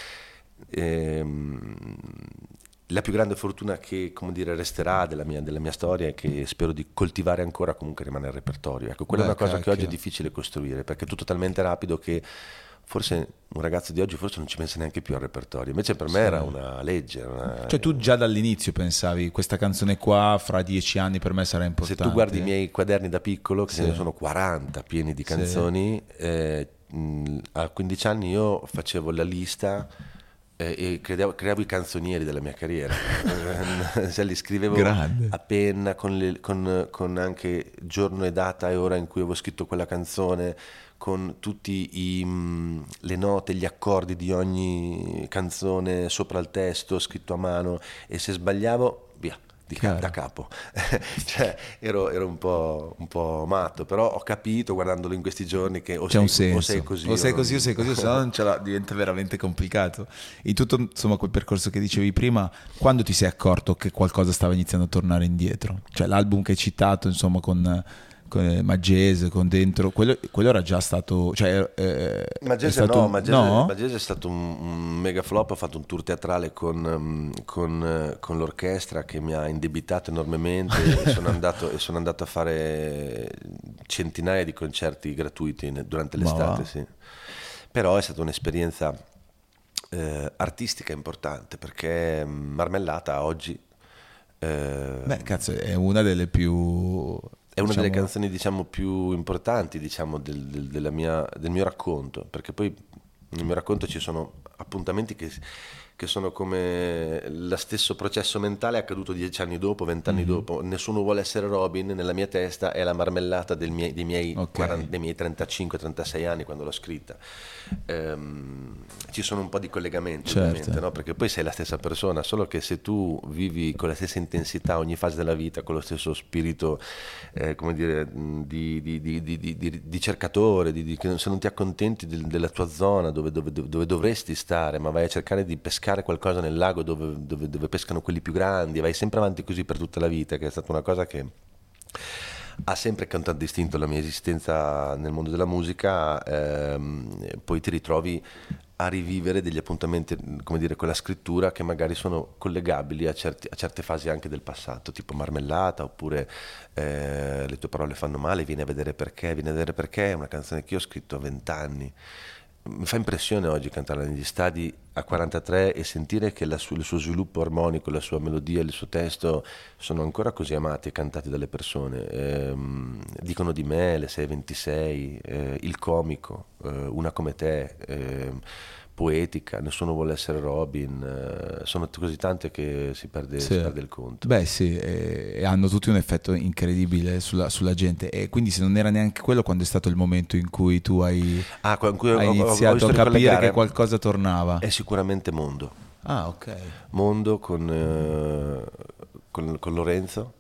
La più grande fortuna che, come dire, resterà della mia storia, e che spero di coltivare ancora, comunque rimane il repertorio. Ecco, quella è una cosa che oggi è difficile costruire, perché è tutto talmente rapido che forse un ragazzo di oggi forse non ci pensa neanche più al repertorio, invece per me era una legge. Cioè tu già dall'inizio pensavi questa canzone qua fra 10 anni per me sarà importante? Se tu guardi i miei quaderni da piccolo, che ne sono 40 pieni di canzoni, a 15 anni io facevo la lista e creavo i canzonieri della mia carriera. Se li scrivevo a penna con anche giorno e data e ora in cui avevo scritto quella canzone, con tutti le note, gli accordi di ogni canzone sopra il testo scritto a mano, e se sbagliavo via da capo. Cioè ero un po' matto, però ho capito guardandolo in questi giorni che c'è un senso, o sei così o sei così, se no non ce l'ha, diventa veramente complicato. In tutto, insomma, quel percorso che dicevi prima, quando ti sei accorto che qualcosa stava iniziando a tornare indietro? Cioè l'album che hai citato, insomma, con Maggese, con dentro, quello era già stato, cioè, Maggese è stato un mega flop. Ho fatto un tour teatrale con l'orchestra che mi ha indebitato enormemente e sono andato a fare centinaia di concerti gratuiti durante l'estate, sì. Però è stata un'esperienza artistica importante, perché Marmellata oggi cazzo, è una delle più... È una delle canzoni, diciamo, più importanti, diciamo, del mio racconto, perché poi nel mio racconto ci sono appuntamenti che sono come lo stesso processo mentale accaduto 10 anni dopo, 20 anni dopo. Nessuno vuole essere Robin, nella mia testa è la Marmellata dei miei 35-36 anni quando l'ho scritta. Ci sono un po' di collegamenti, ovviamente, no? Perché poi sei la stessa persona, solo che se tu vivi con la stessa intensità ogni fase della vita, con lo stesso spirito, come dire, di cercatore, che se non ti accontenti della tua zona dove dovresti stare, ma vai a cercare di pescare qualcosa nel lago dove pescano quelli più grandi, e vai sempre avanti così per tutta la vita, che è stata una cosa che ha sempre contraddistinto la mia esistenza nel mondo della musica. Poi ti ritrovi a rivivere degli appuntamenti, come dire, con la scrittura, che magari sono collegabili a certe fasi anche del passato, tipo Marmellata, oppure Le tue parole fanno male, vieni a vedere perché è una canzone che io ho scritto a 20 anni. mi fa impressione oggi cantare negli stadi a 43 e sentire che il suo sviluppo armonico, la sua melodia, il suo testo sono ancora così amati e cantati dalle persone. Dicono di me, le 626, il comico, una come te, poetica, nessuno vuole essere Robin, sono così tante che si perde il conto. Beh sì, e hanno tutti un effetto incredibile sulla gente, e quindi se non era neanche quello, quando è stato il momento in cui tu hai iniziato a capire che qualcosa tornava? È sicuramente Mondo. Ah, ok. Mondo con Lorenzo,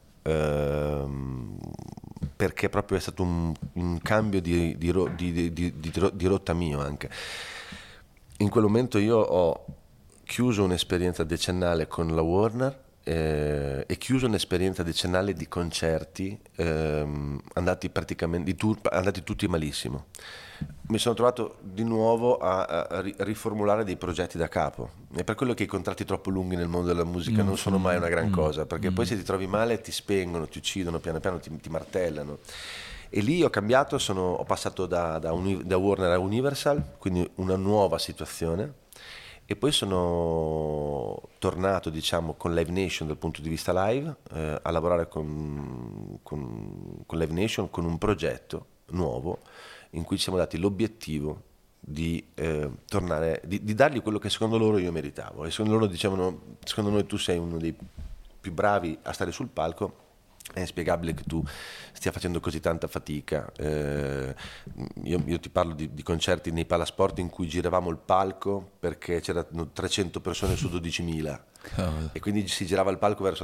perché proprio è stato un cambio di rotta mio anche. In quel momento io ho chiuso un'esperienza decennale con la Warner e chiuso un'esperienza decennale di concerti andati praticamente di tour, andati tutti malissimo. Mi sono trovato di nuovo a riformulare dei progetti da capo, e per quello che i contratti troppo lunghi nel mondo della musica non sono mai una gran cosa, perché poi se ti trovi male ti spengono, ti uccidono, piano piano ti martellano. E lì ho cambiato, ho passato da Warner a Universal, quindi una nuova situazione, e poi sono tornato, diciamo, con Live Nation dal punto di vista live, a lavorare con Live Nation con un progetto nuovo in cui ci siamo dati l'obiettivo di tornare, di dargli quello che secondo loro io meritavo, e secondo loro dicevano: secondo noi tu sei uno dei più bravi a stare sul palco, è inspiegabile che tu stia facendo così tanta fatica. Io ti parlo di concerti nei palasport in cui giravamo il palco perché c'erano 300 persone su 12.000. Cavolo. E quindi si girava il palco verso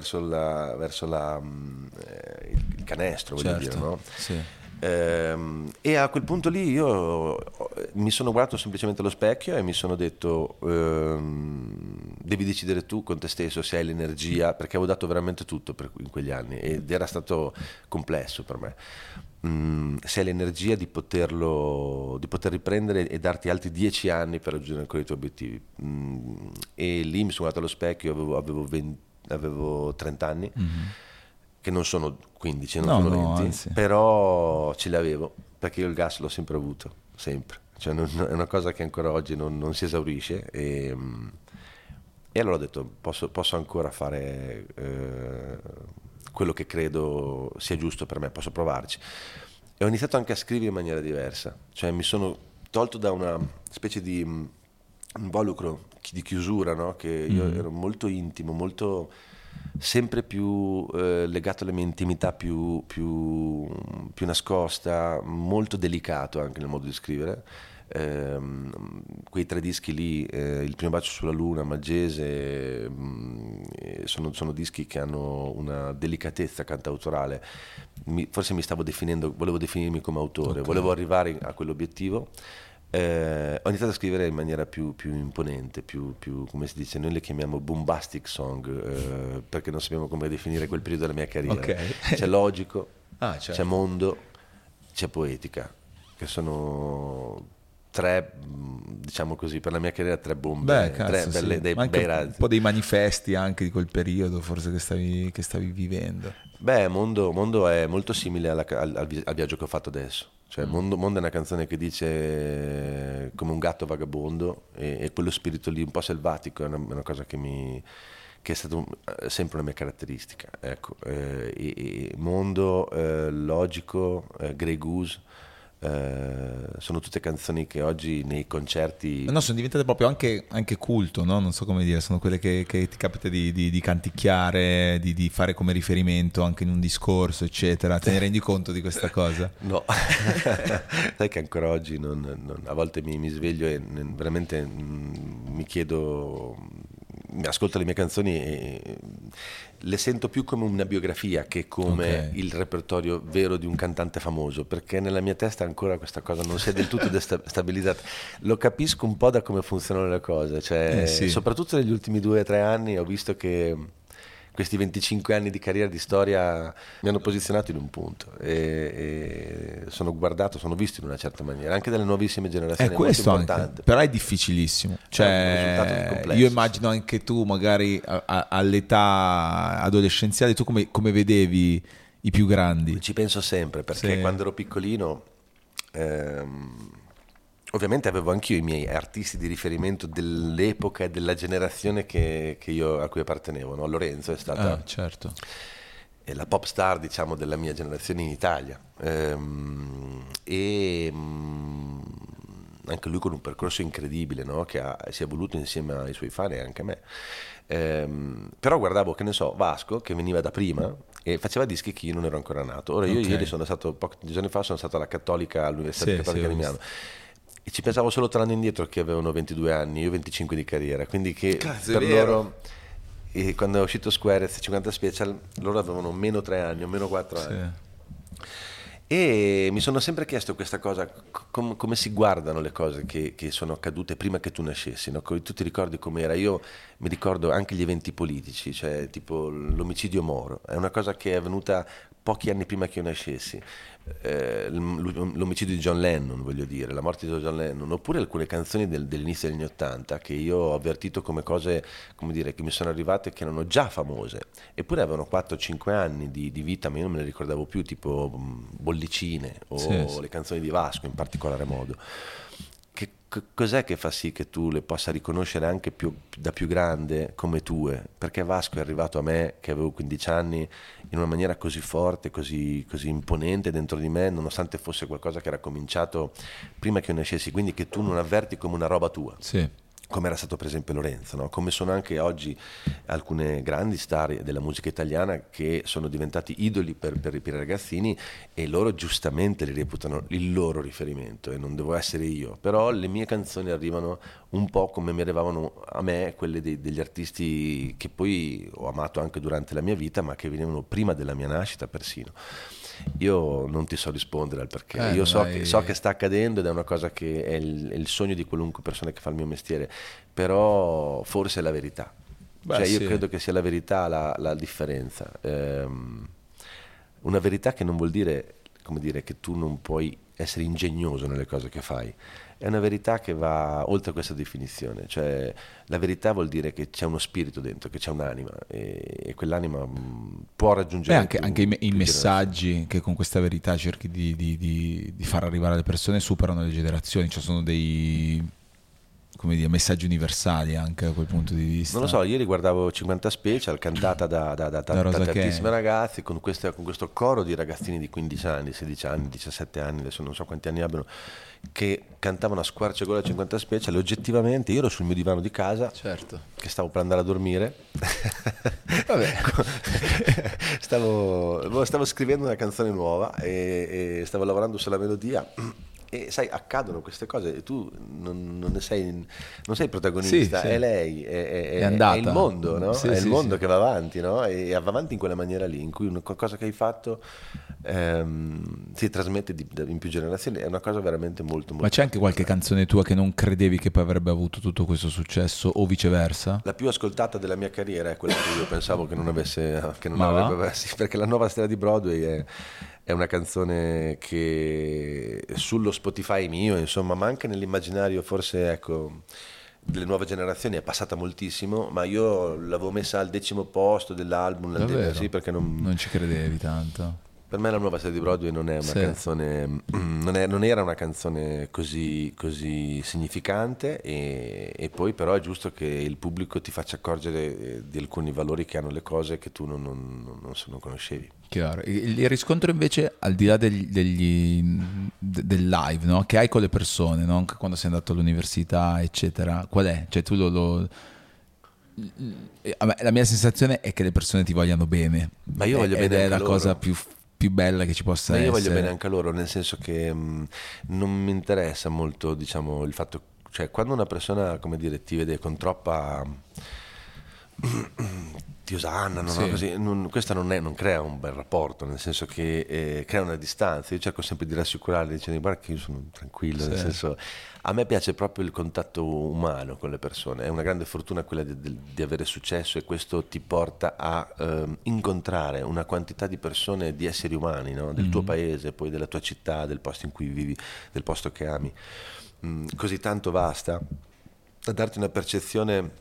il canestro, voglio dire, no? Sì. E a quel punto lì io mi sono guardato semplicemente allo specchio e mi sono detto: devi decidere tu con te stesso se hai l'energia, perché avevo dato veramente tutto in quegli anni ed era stato complesso per me, se hai l'energia di poter riprendere e darti altri 10 anni per raggiungere ancora i tuoi obiettivi. E lì mi sono guardato allo specchio, avevo 30 anni, che non sono 15, non sono 20, anzi. però ce li avevo, perché io il gas l'ho sempre avuto, sempre. Cioè è una cosa che ancora oggi non si esaurisce, e allora ho detto posso ancora fare quello che credo sia giusto per me, posso provarci. E ho iniziato anche a scrivere in maniera diversa, cioè mi sono tolto da una specie di involucro di chiusura, no? Che io ero molto intimo, molto sempre più legato alle mie intimità più nascosta, molto delicato anche nel modo di scrivere. Quei 3 dischi lì, Il primo bacio sulla luna, Malgese, sono dischi che hanno una delicatezza cantautorale. Forse mi stavo definendo, volevo definirmi come autore, volevo arrivare a quell'obiettivo. Ho iniziato a scrivere in maniera più imponente, più come si dice, noi le chiamiamo bombastic song, perché non sappiamo come definire quel periodo della mia carriera. C'è Logico, certo. C'è Mondo, c'è Poetica, che sono 3, diciamo così, per la mia carriera 3 bombe. Beh, cazzo, sì. Un po' dei manifesti anche di quel periodo forse che stavi vivendo. Beh, Mondo è molto simile al viaggio che ho fatto adesso. Cioè, Mondo è una canzone che dice come un gatto vagabondo, e quello spirito lì un po' selvatico è una cosa che è stata sempre una mia caratteristica. Ecco, e Mondo, Logico, Grey Goose, sono tutte canzoni che oggi nei concerti sono diventate proprio anche culto, no? Non so come dire, sono quelle che ti capita di canticchiare, di fare come riferimento anche in un discorso, eccetera. Te ne rendi conto di questa cosa? No. Sai che ancora oggi a volte mi sveglio e veramente mi chiedo, mi ascolto le mie canzoni e le sento più come una biografia che come il repertorio vero di un cantante famoso, perché nella mia testa ancora questa cosa non si è del tutto stabilizzata. Lo capisco un po' da come funzionano le cose, cioè, sì. soprattutto negli ultimi 2 o 3 anni ho visto che questi 25 anni di carriera, di storia, mi hanno posizionato in un punto e sono visto in una certa maniera, anche dalle nuovissime generazioni. È questo molto importante. Anche, però è difficilissimo, cioè, io immagino anche tu magari all'età adolescenziale, tu come vedevi i più grandi? Ci penso sempre, perché quando ero piccolino ovviamente avevo anch'io i miei artisti di riferimento dell'epoca e della generazione a cui appartenevo, no? Lorenzo è stata certo. la pop star, diciamo, della mia generazione in Italia, anche lui con un percorso incredibile, no? Si è evoluto insieme ai suoi fan e anche a me. Però guardavo, che ne so, Vasco, che veniva da prima e faceva dischi che io non ero ancora nato. Ora io ieri sono stato, pochi giorni fa sono stato alla Cattolica, all'Università Cattolica di Milano, e ci pensavo solo tornando indietro che avevano 22 anni, io 25 di carriera, quindi che per loro, e quando è uscito Squarez 50 Special, loro avevano meno 3 anni o meno 4 anni. E mi sono sempre chiesto questa cosa, come si guardano le cose che sono accadute prima che tu nascessi, no? Tu ti ricordi com'era? Io mi ricordo anche gli eventi politici, cioè tipo l'omicidio Moro, è una cosa che è avvenuta pochi anni prima che io nascessi, l'omicidio di John Lennon, voglio dire, la morte di John Lennon, oppure alcune canzoni dell'inizio degli anni '80 che io ho avvertito come cose, come dire, che mi sono arrivate che erano già famose, eppure avevano 4-5 anni di vita, ma io non me le ricordavo più, tipo Bollicine o le canzoni di Vasco in particolare modo. Cos'è che fa sì che tu le possa riconoscere anche da più grande come tue? Perché Vasco è arrivato a me che avevo 15 anni in una maniera così forte, così imponente dentro di me, nonostante fosse qualcosa che era cominciato prima che io nascessi, quindi che tu non avverti come una roba tua. Sì. Come era stato per esempio Lorenzo, no? Come sono anche oggi alcune grandi star della musica italiana che sono diventati idoli per i ragazzini, e loro giustamente li reputano il loro riferimento, e non devo essere io, però le mie canzoni arrivano un po' come mi arrivavano a me quelle degli artisti che poi ho amato anche durante la mia vita, ma che venivano prima della mia nascita persino. Io non ti so rispondere al perché, io so che sta accadendo ed è una cosa che è il sogno di qualunque persona che fa il mio mestiere, però forse è la verità. Io credo che sia la verità la differenza, una verità che non vuol dire, come dire, che tu non puoi essere ingegnoso nelle cose che fai. È una verità che va oltre questa definizione, cioè la verità vuol dire che c'è uno spirito dentro, che c'è un'anima, e quell'anima può raggiungere anche i messaggi che con questa verità cerchi di far arrivare alle persone superano le generazioni, cioè sono dei, come dire, messaggi universali anche da quel punto di vista. Non lo so, ieri guardavo 50 Special cantata da tantissimi ragazzi, con questo coro di ragazzini di 15 anni, 16 anni, 17 anni, adesso non so quanti anni abbiano, che cantavano a squarciagola 50 Special, e oggettivamente io ero sul mio divano di casa, che stavo per andare a dormire. Vabbè. stavo scrivendo una canzone nuova e stavo lavorando sulla melodia. E sai, accadono queste cose e tu non sei il protagonista, è lei, è andata. È il mondo, no? È il mondo che va avanti, no? E va avanti in quella maniera lì, in cui qualcosa che hai fatto si trasmette in più generazioni. È una cosa veramente molto, molto. Ma c'è anche qualche canzone tua che non credevi che poi avrebbe avuto tutto questo successo, o viceversa? La più ascoltata della mia carriera è quella che io pensavo che non avrebbe, sì, perché La nuova stella di Broadway è una canzone che sullo Spotify mio, insomma, ma anche nell'immaginario, forse, ecco, delle nuove generazioni è passata moltissimo, ma io l'avevo messa al 10° posto dell'album, sì, perché non ci credevi tanto. Per me La nuova stella di Broadway non è una canzone, non era una canzone così significante, e poi però è giusto che il pubblico ti faccia accorgere di alcuni valori che hanno le cose che tu non conoscevi. Chiaro. Il riscontro invece, al di là del live, no? Che hai con le persone, no? Anche quando sei andato all'università, eccetera, qual è? Cioè tu la mia sensazione è che le persone ti vogliano bene, ma io voglio bene, è la cosa più bella che ci possa essere. Io voglio bene anche a loro, nel senso che non mi interessa molto, diciamo, il fatto, cioè quando una persona, come dire, ti vede con troppa ti osanna, no? Così, questa non crea un bel rapporto, nel senso che crea una distanza. Io cerco sempre di rassicurarli dicendo guarda che io sono tranquillo, nel senso, a me piace proprio il contatto umano con le persone, è una grande fortuna quella di avere successo, e questo ti porta a incontrare una quantità di persone, di esseri umani, no? Del tuo paese, poi della tua città, del posto in cui vivi, del posto che ami, così tanto vasta da darti una percezione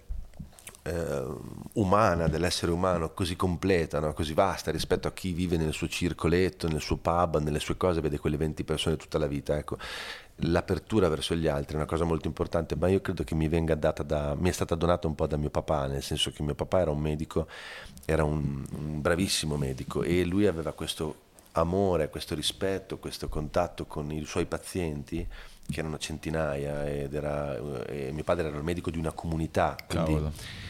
umana dell'essere umano, così completa, no? Così vasta rispetto a chi vive nel suo circoletto, nel suo pub, nelle sue cose, vede quelle 20 persone tutta la vita, ecco. l'apertura verso gli altri è una cosa molto importante, ma io credo che mi è stata donata un po' da mio papà, nel senso che mio papà era un medico, era un bravissimo medico, e lui aveva questo amore, questo rispetto, questo contatto con i suoi pazienti, che erano centinaia, e mio padre era il medico di una comunità, quindi, Cavolo.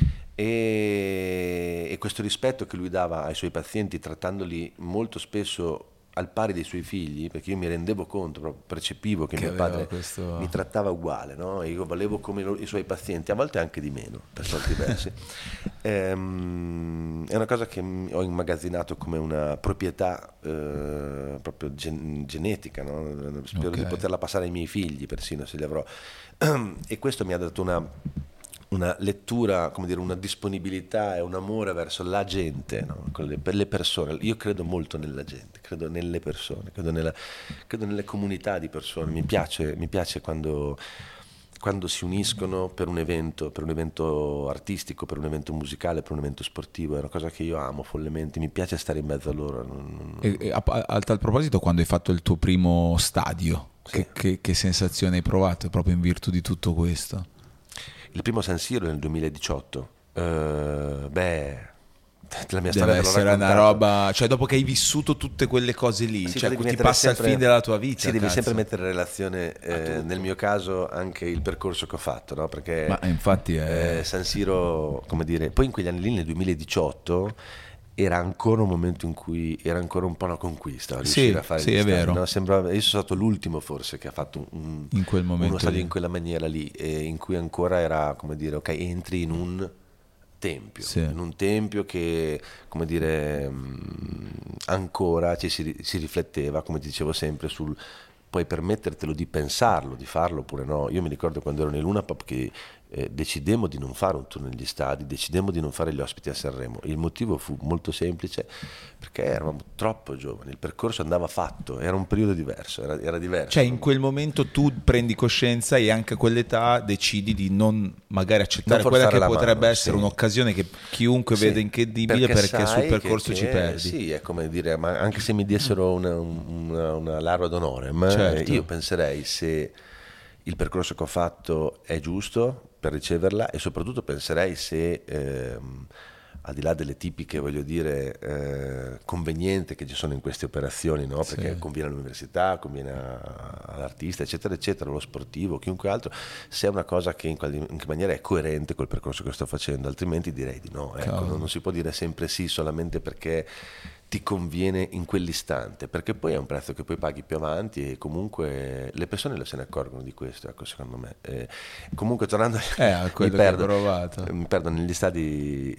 e questo rispetto che lui dava ai suoi pazienti, trattandoli molto spesso al pari dei suoi figli, perché io mi rendevo conto, proprio percepivo che Che mio aveva padre questo- mi trattava uguale, no? E io volevo come i suoi pazienti, a volte anche di meno, per certi versi. È una cosa che ho immagazzinato come una proprietà proprio genetica, no? Spero di Ok. poterla passare ai miei figli, persino se li avrò. E questo mi ha dato una lettura, come dire, una disponibilità e un amore verso la gente, no? Per le persone. Io credo molto nella gente, credo nelle persone, credo nelle comunità di persone. Mi piace quando si uniscono per un evento artistico, per un evento musicale, per un evento sportivo. È una cosa che io amo follemente, mi piace stare in mezzo a loro. E a tal proposito, quando hai fatto il tuo primo stadio, Sì. che sensazione hai provato proprio in virtù di tutto questo? Il primo San Siro nel 2018. La mia storia Deve te l'ho essere una raccontata. roba, cioè dopo che hai vissuto tutte quelle cose lì, Sì, cioè devi ti mettere passa il sempre- film della tua vita. Sì, devi cazzo. sempre mettere in relazione, nel mio caso, anche il percorso che ho fatto, no? Perché Ma infatti è... San Siro, come dire, poi in quegli anni lì, nel 2018, era ancora un momento in cui era ancora un po' una conquista riuscire Sì, a fare sì, gli è stadi, vero. no? Sembrava, io sono stato l'ultimo forse che ha fatto In quel momento uno stadio lì. in quella maniera lì, in cui ancora era, come dire, ok, entri in un tempio, Sì. in un tempio che, come dire, ancora si rifletteva, come ti dicevo sempre, sul puoi permettertelo di pensarlo, di farlo oppure no. Io mi ricordo quando ero nei Luna Pop che decidemmo di non fare un tour negli stadi, decidemmo di non fare gli ospiti a Sanremo. Il motivo fu molto semplice, perché eravamo troppo giovani, il percorso andava fatto, era un periodo diverso, era diverso. Cioè in quel momento tu prendi coscienza e anche a quell'età decidi di non magari accettare Non quella forzare che la potrebbe mano, essere sì. un'occasione che chiunque Sì, vede incredibile perché sul sai percorso che- ci perdi. Sì, è come dire, ma anche se mi dessero una laurea d'onore, Certo. io penserei se il percorso che ho fatto è giusto per riceverla, e soprattutto penserei se, al di là delle tipiche, voglio dire, convenienche che ci sono in queste operazioni, no? Perché Sì. conviene all'università, conviene all'artista, eccetera, eccetera, allo sportivo, chiunque altro, se è una cosa che in che maniera è coerente col percorso che sto facendo, altrimenti direi di no. Ecco, Cavolo. non si può dire sempre sì solamente perché ti conviene in quell'istante, perché poi è un prezzo che poi paghi più avanti, e comunque le persone se ne accorgono di questo, ecco, secondo me. Comunque tornando A quello che hai provato. mi perdo negli stadi,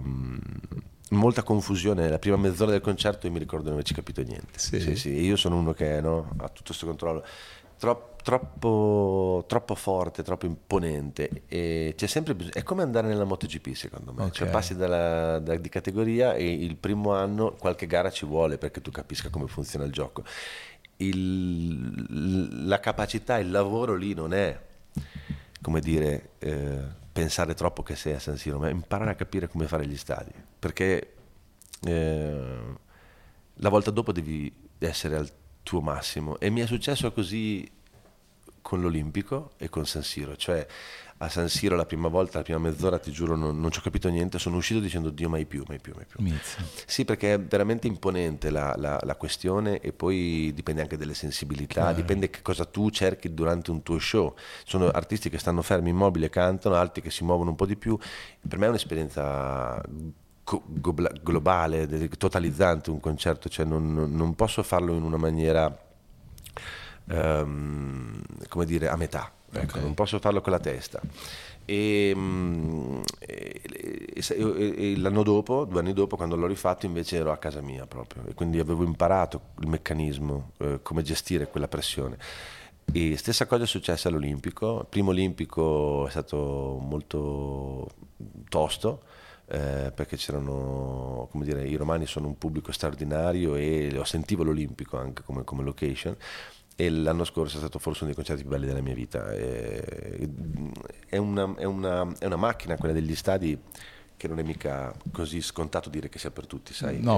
molta confusione. La prima mezz'ora del concerto io mi ricordo di non averci capito niente. Sì? Sì, io sono uno che, no, ha tutto questo controllo troppo forte, troppo imponente, e c'è sempre è come andare nella MotoGP, secondo me. Ok. Cioè passi di categoria, e il primo anno qualche gara ci vuole perché tu capisca come funziona il gioco. La capacità, il lavoro lì non è, come dire, pensare troppo che sei a San Siro, ma imparare a capire come fare gli stadi, perché la volta dopo devi essere al tuo massimo, e mi è successo così con l'Olimpico e con San Siro. Cioè a San Siro la prima volta, la prima mezz'ora, ti giuro non ci ho capito niente, sono uscito dicendo Dio mai più. Mizza. Sì, perché è veramente imponente la questione, e poi dipende anche dalle sensibilità, Chiaro. dipende che cosa tu cerchi durante un tuo show. Sono artisti che stanno fermi immobili e cantano, altri che si muovono un po' di più. Per me è un'esperienza globale, totalizzante un concerto, cioè non posso farlo in una maniera, come dire, a metà. Ecco, Ok. non posso farlo con la testa. E l'anno dopo, 2 anni dopo, quando l'ho rifatto, invece ero a casa mia proprio, e quindi avevo imparato il meccanismo, come gestire quella pressione. E stessa cosa è successa all'Olimpico. Il primo Olimpico è stato molto tosto, perché c'erano, come dire, i romani sono un pubblico straordinario, e lo sentivo l'Olimpico anche come location. E l'anno scorso è stato forse uno dei concerti più belli della mia vita. È una macchina, quella degli stadi, che non è mica così scontato dire che sia per tutti, sai. No,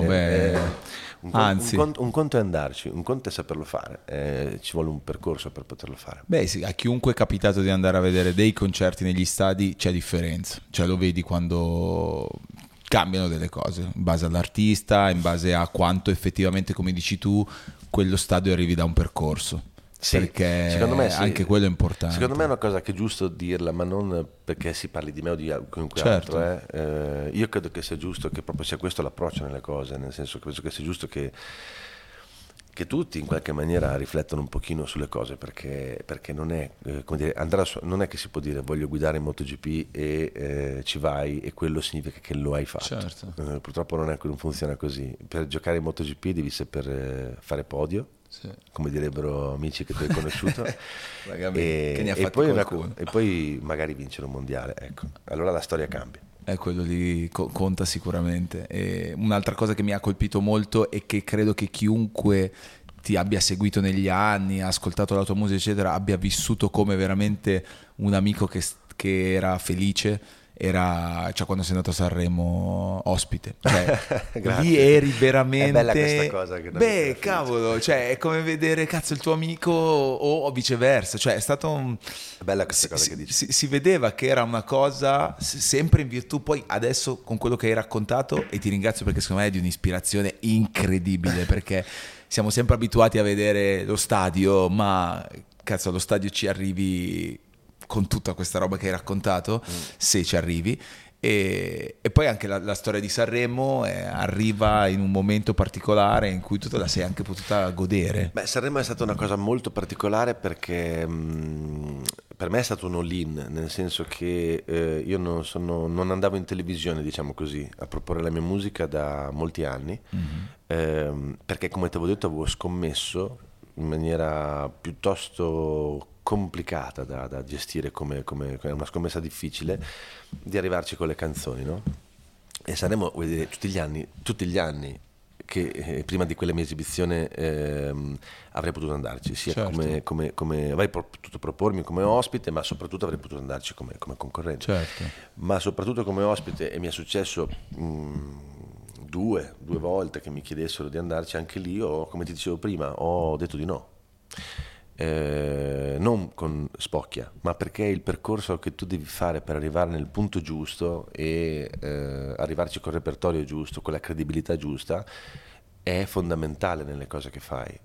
anzi. Un conto è andarci, un conto è saperlo fare, ci vuole un percorso per poterlo fare. Beh sì, a chiunque è capitato di andare a vedere dei concerti negli stadi c'è differenza, cioè lo vedi quando cambiano delle cose, in base all'artista, in base a quanto effettivamente, come dici tu, quello stadio arrivi da un percorso. Sì, perché secondo me sì. anche quello è importante. Secondo me è una cosa che è giusto dirla, ma non perché si parli di me o di chiunque Certo. altro. Io credo che sia giusto che proprio sia questo l'approccio nelle cose, nel senso che penso che sia giusto che tutti in qualche maniera riflettono un pochino sulle cose, perché non è, come dire, non è che si può dire voglio guidare in MotoGP e ci vai e quello significa che lo hai fatto. Certo. Purtroppo non funziona così. Per giocare in MotoGP devi saper fare podio, sì, come direbbero amici che tu hai conosciuto, che ne ha fatti qualcuno. E poi magari vincere un mondiale, ecco. Allora la storia cambia. Quello lì conta sicuramente. E un'altra cosa che mi ha colpito molto e che credo che chiunque ti abbia seguito negli anni, ha ascoltato la tua musica eccetera, abbia vissuto come veramente un amico che era felice, era, cioè, quando sei andato a Sanremo ospite, cioè lì eri veramente, è bella questa cosa che beh cavolo, cioè è come vedere cazzo il tuo amico o viceversa, cioè è stato è bella questa cosa che dici. Si vedeva che era una cosa sempre in virtù, poi adesso con quello che hai raccontato, e ti ringrazio perché secondo me è di un'ispirazione incredibile, perché siamo sempre abituati a vedere lo stadio, ma cazzo allo stadio ci arrivi con tutta questa roba che hai raccontato, se ci arrivi, e poi anche la storia di Sanremo arriva in un momento particolare in cui tu te la sei anche potuta godere. Beh, Sanremo è stata una cosa molto particolare perché per me è stato un all-in, nel senso che io non andavo in televisione, diciamo così, a proporre la mia musica da molti anni, perché come ti avevo detto avevo scommesso in maniera piuttosto complicata da gestire, come una scommessa difficile, di arrivarci con le canzoni, no? E Sanremo, vuol dire, tutti gli anni che prima di quella mia esibizione avrei potuto andarci, sia certo, come avrei potuto propormi come ospite, ma soprattutto avrei potuto andarci come concorrente, certo, ma soprattutto come ospite, e mi è successo due volte che mi chiedessero di andarci, anche lì come ti dicevo prima, ho detto di no. Non con spocchia, ma perché il percorso che tu devi fare per arrivare nel punto giusto e arrivarci col repertorio giusto, con la credibilità giusta, è fondamentale nelle cose che fai.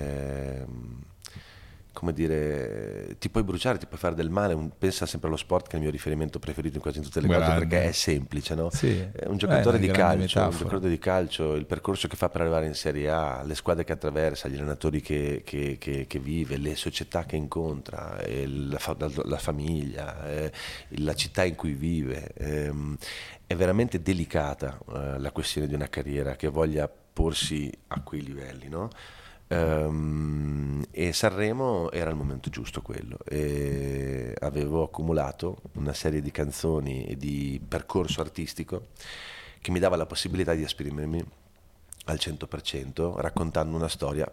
Come dire, ti puoi bruciare, ti puoi fare del male. Pensa sempre allo sport, che è il mio riferimento preferito in quasi tutte le cose, perché è semplice, no? Sì. Un giocatore di calcio, il percorso che fa per arrivare in Serie A, le squadre che attraversa, gli allenatori che vive, le società che incontra, la famiglia, la città in cui vive, è veramente delicata la questione di una carriera che voglia porsi a quei livelli, no? E Sanremo era il momento giusto quello, e avevo accumulato una serie di canzoni e di percorso artistico che mi dava la possibilità di esprimermi al 100%, raccontando una storia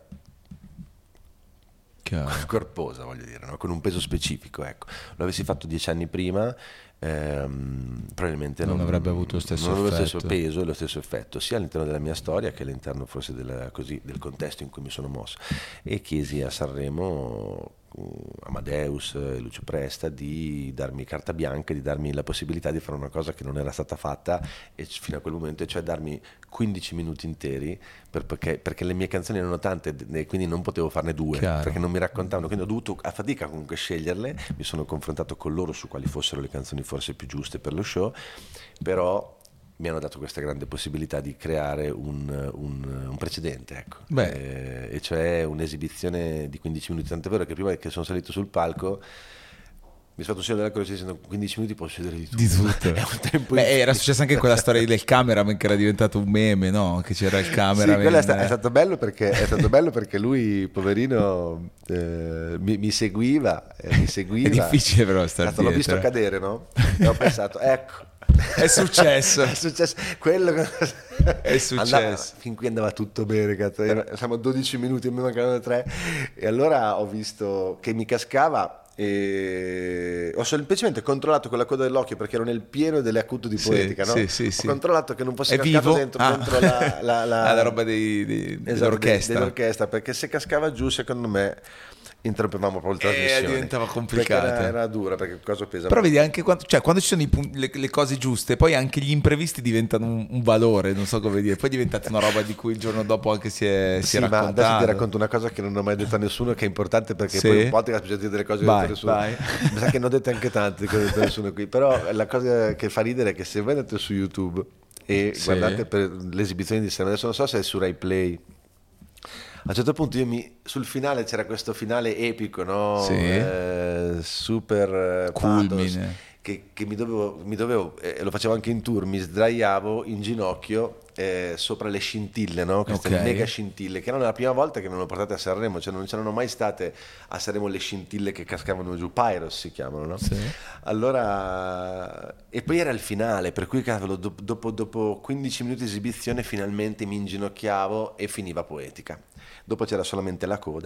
corposa, voglio dire, no? Con un peso specifico, ecco. Lo avessi fatto 10 anni prima, probabilmente non avrebbe avuto lo stesso peso e lo stesso effetto, sia all'interno della mia storia che all'interno forse del contesto in cui mi sono mosso. E chiesi a Sanremo, Amadeus e Lucio Presta, di darmi carta bianca, di darmi la possibilità di fare una cosa che non era stata fatta e fino a quel momento, cioè darmi 15 minuti interi, perché le mie canzoni erano tante e quindi non potevo farne due. Chiaro. Perché non mi raccontavano, quindi ho dovuto a fatica comunque sceglierle. Mi sono confrontato con loro su quali fossero le canzoni forse più giuste per lo show, però mi hanno dato questa grande possibilità di creare un precedente, ecco. E cioè un'esibizione di 15 minuti, tant'è vero che prima che sono salito sul palco mi è stato un segno della croce dicendo 15 minuti posso vedere di tutto. È un tempo era successo anche quella storia del cameraman che era diventato un meme, no? Che c'era il cameraman. Sì, quello è stato bello perché lui, poverino, mi seguiva. È difficile però stare dietro. L'ho visto cadere, no? E ho pensato, ecco, è successo. È successo quello è successo. Fin qui andava tutto bene, cazzo. Siamo 12 minuti, mi mancavano 3, e allora ho visto che mi cascava e ho semplicemente controllato con la coda dell'occhio perché ero nel pieno delle acute di poetica, no? Ho controllato che non fosse È cascato vivo? dentro la roba esatto, dell'orchestra. dell'orchestra, perché se cascava giù secondo me interrompevamo proprio la trasmissione, diventava perché complicata. era dura, perché cosa pesa Però molto. vedi anche quando ci sono le cose giuste, poi anche gli imprevisti diventano un valore, non so come dire. Poi è diventata una roba di cui il giorno dopo anche si è Sì, ma raccontato. adesso ti racconto una cosa che non ho mai detto a nessuno, che è importante, perché Sì? poi un podcast bisogna dire delle cose che non ho detto a Vai, nessuno. Mi sa che ne ho dette anche tante che non ho detto a nessuno qui. Però la cosa che fa ridere è che se voi andate su YouTube e Sì. guardate per le esibizioni di Sanremo, adesso non so se è su Rai Play. A un certo punto sul finale c'era questo finale epico, no? Sì. Super Culmine. pathos, che mi dovevo lo facevo anche in tour, mi sdraiavo in ginocchio sopra le scintille, no? Queste Ok. mega scintille, che erano la prima volta che me lo portate a Sanremo, cioè non c'erano mai state a Sanremo le scintille che cascavano giù, Pyros si chiamano, no? Sì. Allora, e poi era il finale, per cui cavolo, dopo 15 minuti di esibizione finalmente mi inginocchiavo e finiva Poetica. Dopo c'era solamente la coda.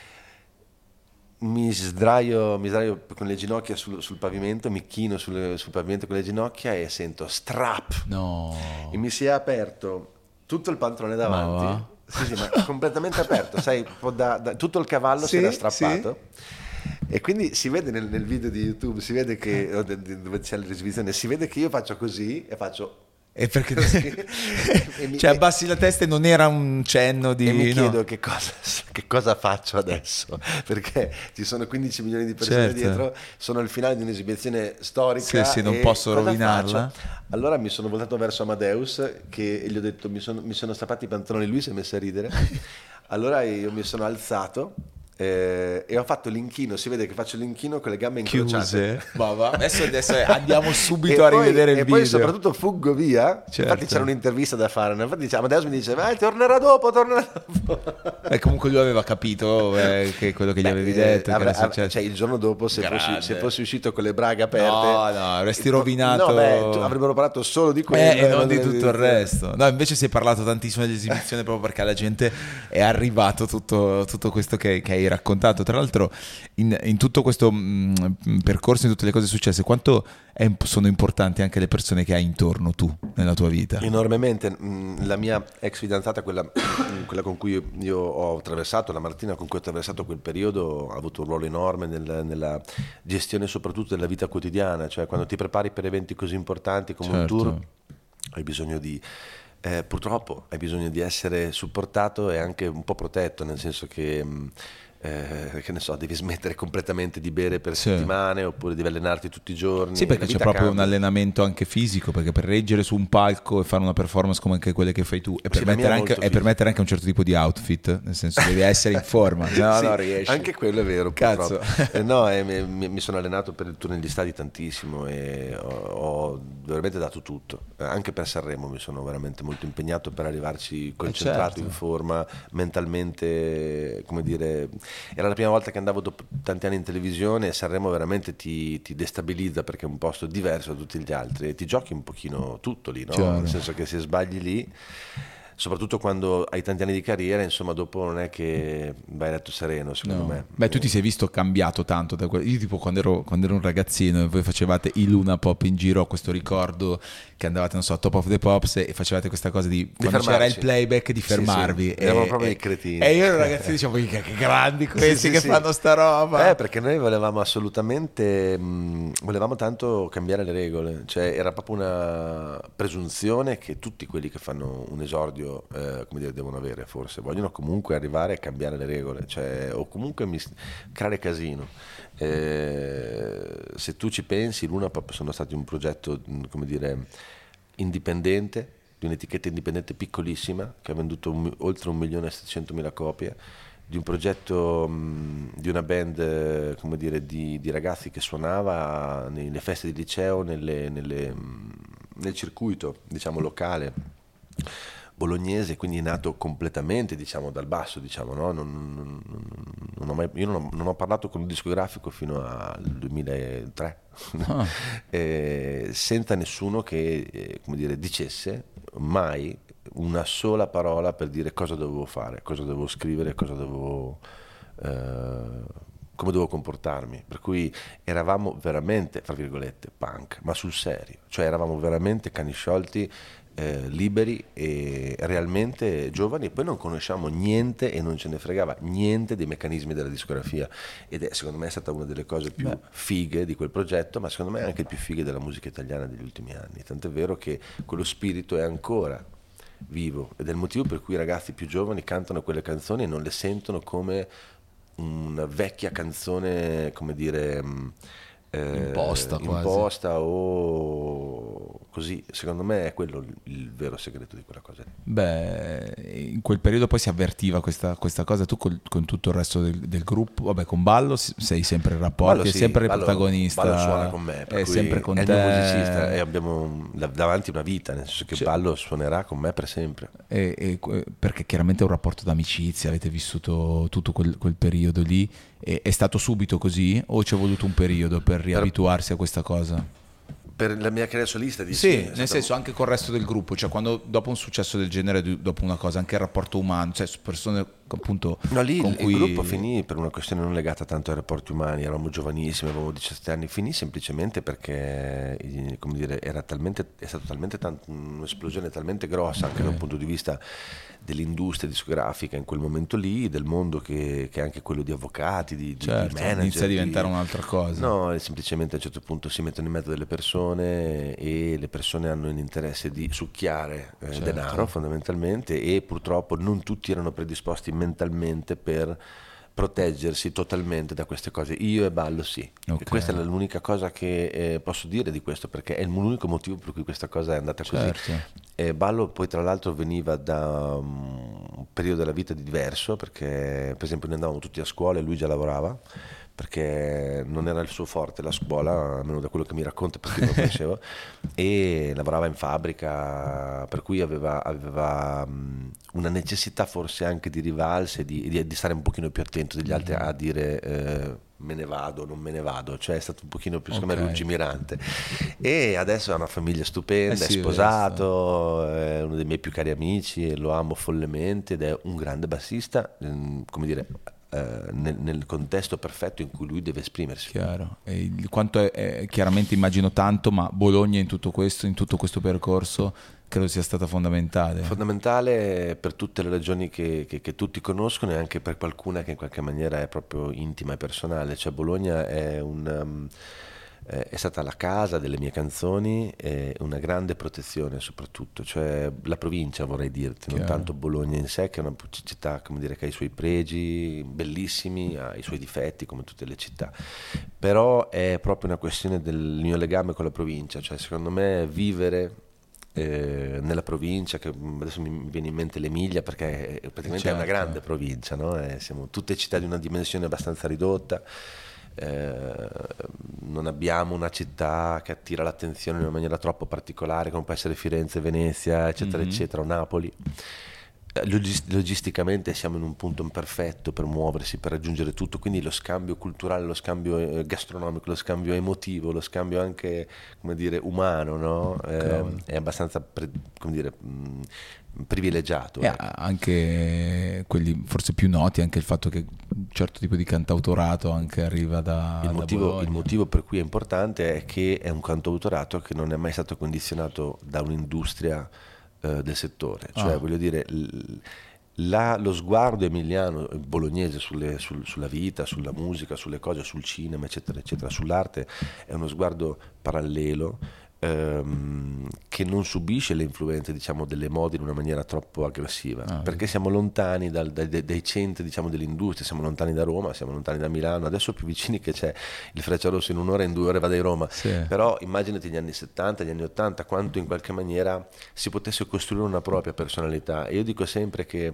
Mi sdraio con le ginocchia sul pavimento, mi chino sul pavimento con le ginocchia e sento strap. No. E mi si è aperto tutto il pantalone Ma davanti. va? Sì, ma completamente aperto, sai, un po' tutto il cavallo si Sì, era strappato. E quindi si vede nel video di YouTube, si vede che dove c'è l'esibizione, si vede che io faccio così e faccio E perché E cioè abbassi la testa e non era un cenno di e mi no. chiedo che cosa faccio adesso, perché ci sono 15 milioni di persone Certo. dietro, sono al finale di un'esibizione storica. Sì, non e posso cosa rovinarla. faccio? Allora mi sono voltato verso Amadeus e gli ho detto mi sono strappati i pantaloni, lui si è messo a ridere. Allora io mi sono alzato e ho fatto l'inchino, si vede che faccio l'inchino con le gambe incrociate. Chiuse. Ma va. Adesso andiamo subito E a poi- rivedere il e video. poi soprattutto fuggo via. Certo. Infatti c'era un'intervista da fare, no? Infatti Amadeus mi dice tornerà dopo. E comunque lui aveva capito che quello che gli avevi detto, che era successo. Cioè il giorno dopo se Grande. fossi uscito con le braghe aperte, No, avresti rovinato. no, avrebbero parlato solo di quello E non di tutto il resto. No, invece si è parlato tantissimo dell'esibizione proprio perché alla gente è arrivato tutto questo che hai raccontato. Tra l'altro in tutto questo percorso, in tutte le cose successe, quanto sono importanti anche le persone che hai intorno tu nella tua vita? Enormemente. La mia ex fidanzata, quella con cui io ho attraversato, la Martina con cui ho attraversato quel periodo, ha avuto un ruolo enorme nella gestione soprattutto della vita quotidiana, cioè quando ti prepari per eventi così importanti come un Certo. tour hai bisogno di purtroppo hai bisogno di essere supportato e anche un po' protetto, nel senso che ne so, devi smettere completamente di bere per Sì. settimane oppure devi allenarti tutti i giorni. Sì, perché La c'è vita proprio cambia. un allenamento anche fisico, perché per reggere su un palco e fare una performance come anche quelle che fai tu e Sì, la mia è molto per mettere anche un certo tipo di outfit, nel senso devi essere in forma, no, Sì, no, riesci. anche quello è vero, Cazzo. purtroppo. No, mi sono allenato per il tour negli stadi tantissimo e ho veramente dato tutto. Anche per Sanremo mi sono veramente molto impegnato per arrivarci concentrato, certo. in forma, mentalmente, come dire, era la prima volta che andavo dopo tanti anni in televisione e Sanremo veramente ti destabilizza perché è un posto diverso da tutti gli altri e ti giochi un pochino tutto lì, no? Chiaro. Nel senso che se sbagli lì, soprattutto quando hai tanti anni di carriera, insomma, dopo non è che vai a letto sereno, secondo No. me. Beh, tu ti sei visto cambiato tanto da io tipo quando ero un ragazzino e voi facevate i Luna Pop in giro, ho questo ricordo che andavate, non so, a Top of the Pops e facevate questa cosa di quando c'era il fermarci. playback di Sì, fermarvi. sì, eravamo proprio dei cretini. E io ero ragazzino dicevo, "Mica, che grandi questi Sì, che sì. fanno sta roba." Perché noi volevamo assolutamente, volevamo tanto cambiare le regole, cioè era proprio una presunzione che tutti quelli che fanno un esordio, come dire, devono avere, forse, vogliono comunque arrivare a cambiare le regole, cioè, o comunque creare casino. Se tu ci pensi, Luna Pop sono stati un progetto, come dire, indipendente, di un'etichetta indipendente piccolissima che ha venduto oltre 1.700.000 copie, di un progetto di una band, come dire, di ragazzi che suonava nelle feste di liceo, nel circuito, diciamo, locale bolognese, quindi è nato completamente, diciamo, dal basso, diciamo, no? Io non ho parlato con un discografico fino al 2003 senza nessuno che come dire, dicesse mai una sola parola per dire cosa dovevo fare, cosa dovevo scrivere, cosa dovevo come dovevo comportarmi, per cui eravamo veramente, fra virgolette, punk, ma sul serio, cioè eravamo veramente cani sciolti, liberi e realmente giovani, e poi non conosciamo niente e non ce ne fregava niente dei meccanismi della discografia, ed è secondo me è stata una delle cose più fighe di quel progetto, ma secondo me anche più fighe della musica italiana degli ultimi anni, tant'è vero che quello spirito è ancora vivo, ed è il motivo per cui i ragazzi più giovani cantano quelle canzoni e non le sentono come una vecchia canzone, come dire, imposta o così. Secondo me è quello il vero segreto di quella cosa. Beh, in quel periodo poi si avvertiva questa cosa. Tu con tutto il resto del gruppo, vabbè, con Ballo sei sempre in rapporto, Ballo, è sì, sempre il Ballo, protagonista. Ballo suona con me, per è cui sempre con è il te. mio musicista e abbiamo davanti una vita, nel senso che Ballo suonerà con me per sempre. Perché chiaramente è un rapporto d'amicizia, avete vissuto tutto quel periodo lì. È stato subito così o ci è voluto un periodo per riabituarsi a questa cosa? Per la mia carriera solista dici? Sì, nel senso anche col resto del gruppo, cioè quando dopo un successo del genere, dopo una cosa, anche il rapporto umano, cioè su persone appunto no, lì con cui... il gruppo finì per una questione non legata tanto ai rapporti umani, eravamo giovanissimi, avevamo 17 anni, finì semplicemente perché, come dire, è stata talmente un'esplosione talmente grossa anche da un punto di vista dell'industria discografica in quel momento lì, del mondo che è anche quello di avvocati, di manager. Inizia a diventare un'altra cosa. No, e semplicemente a un certo punto si mettono in mezzo delle persone e le persone hanno l'interesse di succhiare denaro fondamentalmente, e purtroppo non tutti erano predisposti mentalmente per proteggersi totalmente da queste cose. Io e Ballo sì. Okay. E questa è l'unica cosa che posso dire di questo, perché è l'unico motivo per cui questa cosa è andata così. Ballo poi tra l'altro veniva da un periodo della vita diverso, perché per esempio noi andavamo tutti a scuola e lui già lavorava, perché non era il suo forte la scuola, almeno da quello che mi racconta, perché non lo conoscevo, e lavorava in fabbrica, per cui aveva una necessità forse anche di rivalsa e di stare un pochino più attento degli altri a dire me ne vado, non me ne vado, cioè è stato un pochino più secondo me lungimirante, e adesso ha una famiglia stupenda, è sposato, è uno dei miei più cari amici, lo amo follemente ed è un grande bassista, come dire, nel contesto perfetto in cui lui deve esprimersi. Chiaro. E quanto è chiaramente immagino tanto, ma Bologna in tutto questo percorso credo sia stata fondamentale. Fondamentale per tutte le ragioni che tutti conoscono, e anche per qualcuna che in qualche maniera è proprio intima e personale. Cioè Bologna è stata la casa delle mie canzoni e una grande protezione soprattutto, cioè la provincia vorrei dirti, non tanto Bologna in sé, che è una città, come dire, che ha i suoi pregi bellissimi, ha i suoi difetti come tutte le città, però è proprio una questione del mio legame con la provincia, cioè secondo me vivere nella provincia, che adesso mi viene in mente l'Emilia perché praticamente è una grande provincia, no? Siamo tutte città di una dimensione abbastanza ridotta, non abbiamo una città che attira l'attenzione in una maniera troppo particolare come può essere Firenze, Venezia, eccetera eccetera, o Napoli. Logisticamente siamo in un punto imperfetto per muoversi, per raggiungere tutto, quindi lo scambio culturale, lo scambio gastronomico, lo scambio emotivo, lo scambio anche, come dire, umano, no? È abbastanza come dire, privilegiato. Anche quelli forse più noti, anche il fatto che un certo tipo di cantautorato anche arriva da Bologna. Il motivo per cui è importante è che è un cantautorato che non è mai stato condizionato da un'industria del settore, cioè voglio dire lo sguardo emiliano bolognese sulla vita, sulla musica, sulle cose, sul cinema eccetera eccetera, sull'arte, è uno sguardo parallelo che non subisce le influenze, diciamo, delle mode in una maniera troppo aggressiva, perché siamo lontani dai centri, diciamo, dell'industria, siamo lontani da Roma, siamo lontani da Milano, adesso più vicini che c'è il Frecciarosso, in un'ora, in 2 ore vado a Roma, però immaginati gli anni 70, gli anni 80, quanto in qualche maniera si potesse costruire una propria personalità. E io dico sempre che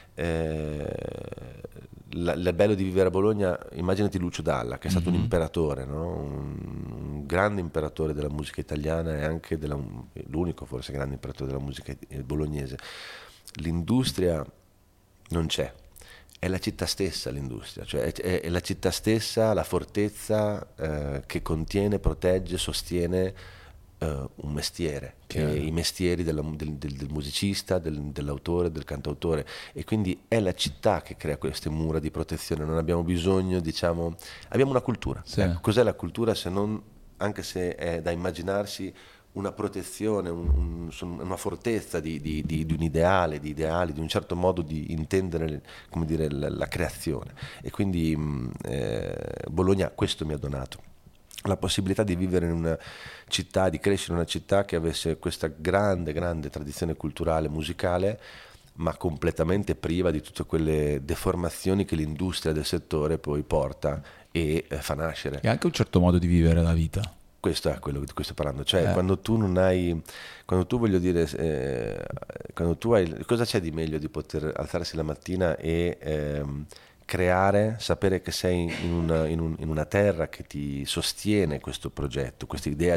il bello di vivere a Bologna, immaginati Lucio Dalla, che è stato un imperatore, no? Un grande imperatore della musica italiana e anche l'unico forse grande imperatore della musica bolognese. L'industria non c'è, è la città stessa l'industria, cioè è la città stessa, la fortezza che contiene, protegge, sostiene un mestiere, Chiaro. i mestieri del musicista, dell'autore, del cantautore, e quindi è la città che crea queste mura di protezione. Non abbiamo bisogno, diciamo, abbiamo una cultura. Sì. Ecco, cos'è la cultura se non, anche se è da immaginarsi, una protezione, una fortezza di un ideale, di ideali, di un certo modo di intendere, come dire, la creazione. E quindi Bologna questo mi ha donato, la possibilità di vivere in una città, di crescere in una città che avesse questa grande, grande tradizione culturale, musicale, ma completamente priva di tutte quelle deformazioni che l'industria del settore poi porta e fa nascere. E anche un certo modo di vivere la vita. Questo è quello di cui sto parlando, cioè quando tu non hai, quando tu voglio dire, quando tu hai, cosa c'è di meglio di poter alzarsi la mattina e creare, sapere che sei in una terra che ti sostiene questo progetto, questa idea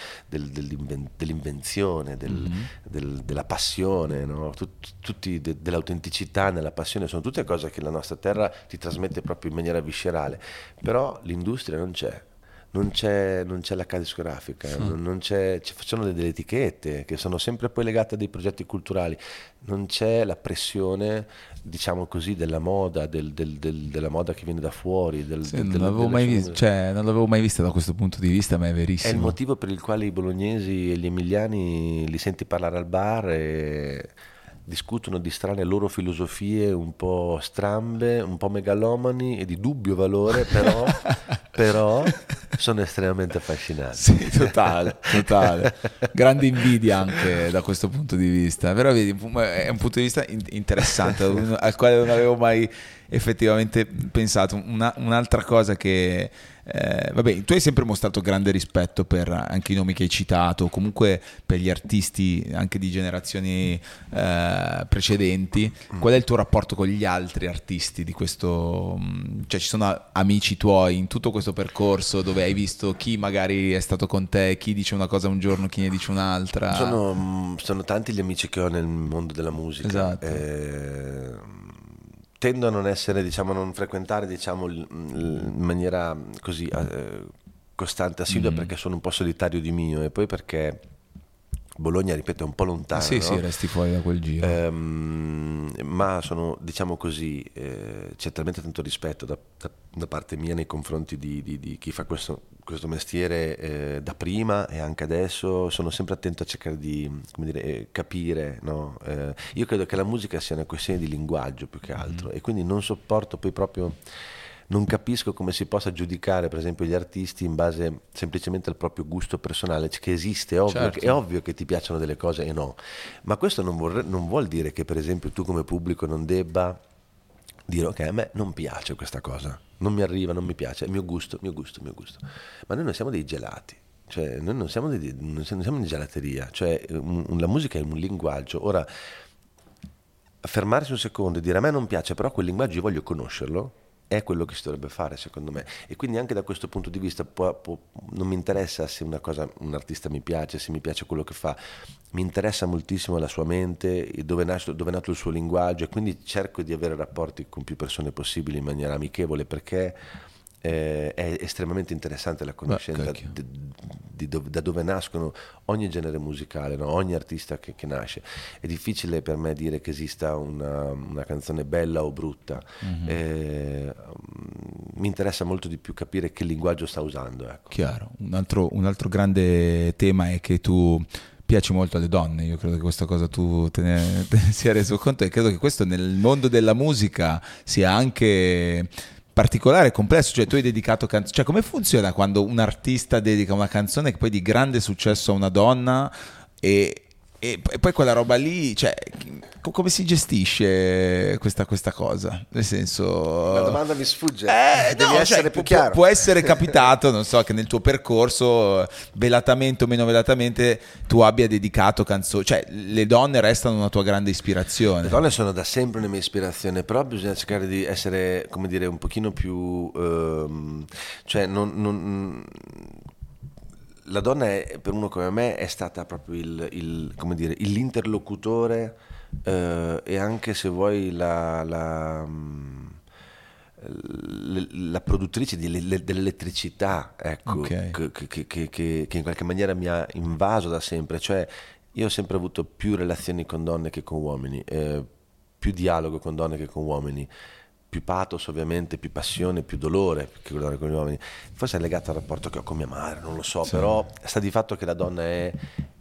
dell'invenzione, della passione, no? Dell'autenticità nella passione, sono tutte cose che la nostra terra ti trasmette proprio in maniera viscerale, però l'industria non c'è. Non c'è la casa discografica, non c'è, ci sono delle etichette che sono sempre poi legate a dei progetti culturali, non c'è la pressione, diciamo così, della moda, della moda che viene da fuori. Non l'avevo mai visto, cioè, non l'avevo mai vista da questo punto di vista, ma è verissimo. È il motivo per il quale i bolognesi e gli emiliani li senti parlare al bar e discutono di strane loro filosofie un po' strambe, un po' megalomani e di dubbio valore, però sono estremamente affascinanti. Sì, totale. Grande invidia anche da questo punto di vista. Però vedi, è un punto di vista interessante al quale non avevo mai effettivamente pensato. Un'altra cosa che vabbè, tu hai sempre mostrato grande rispetto per anche i nomi che hai citato, o comunque per gli artisti anche di generazioni precedenti. Qual è il tuo rapporto con gli altri artisti di questo? Cioè, ci sono amici tuoi in tutto questo percorso dove hai visto chi magari è stato con te, chi dice una cosa un giorno, chi ne dice un'altra? Sono tanti gli amici che ho nel mondo della musica. Esatto. Tendo a non essere, diciamo, a non frequentare, diciamo, in maniera così costante, assidua, perché sono un po' solitario di mio, e poi perché Bologna, ripeto, è un po' lontana. Sì, no? sì, resti fuori da quel giro. Ma sono, diciamo così, c'è talmente tanto rispetto da parte mia nei confronti di chi fa questo mestiere da prima e anche adesso. Sono sempre attento a cercare di, come dire, capire, no? Io credo che la musica sia una questione di linguaggio più che altro, e quindi non sopporto poi proprio. Non capisco come si possa giudicare, per esempio, gli artisti in base semplicemente al proprio gusto personale, che esiste, è ovvio, Certo. è ovvio che ti piacciono delle cose e no, ma questo non vuol dire che, per esempio, tu come pubblico non debba dire ok, a me non piace questa cosa, non mi arriva, non mi piace, è mio gusto. Ma noi non siamo dei gelati, cioè noi non siamo in gelateria, cioè la musica è un linguaggio. Ora, fermarsi un secondo e dire a me non piace, però quel linguaggio io voglio conoscerlo, è quello che si dovrebbe fare, secondo me. E quindi anche da questo punto di vista non mi interessa se un artista mi piace, se mi piace quello che fa, mi interessa moltissimo la sua mente, dove è nato il suo linguaggio, e quindi cerco di avere rapporti con più persone possibili in maniera amichevole, perché è estremamente interessante la conoscenza da dove nascono ogni genere musicale, no? Ogni artista che nasce. È difficile per me dire che esista una canzone bella o brutta. Mi interessa molto di più capire che linguaggio sta usando, ecco. Chiaro. Un altro grande tema è che tu piaci molto alle donne. Io credo che questa cosa tu te ne sia reso conto, e credo che questo nel mondo della musica sia anche particolare e complesso. Cioè, tu hai dedicato canzoni, cioè, come funziona quando un artista dedica una canzone che poi di grande successo a una donna e poi quella roba lì, cioè, come si gestisce questa cosa? Nel senso, La domanda mi sfugge, devi no, essere cioè, più chiaro. Può essere capitato, non so, che nel tuo percorso, velatamente o meno velatamente, tu abbia dedicato canzoni, cioè le donne restano una tua grande ispirazione. Le donne sono da sempre una mia ispirazione, però bisogna cercare di essere, come dire, un pochino più, cioè la donna per uno come me è stata proprio come dire, l'interlocutore, e anche, se vuoi, la produttrice dell'elettricità, ecco, Ok. che in qualche maniera mi ha invaso da sempre. Cioè, io ho sempre avuto più relazioni con donne che con uomini, più dialogo con donne che con uomini, più pathos ovviamente, più passione, più dolore che con gli uomini. Forse è legato al rapporto che ho con mia madre, non lo so, però sta di fatto che la donna è,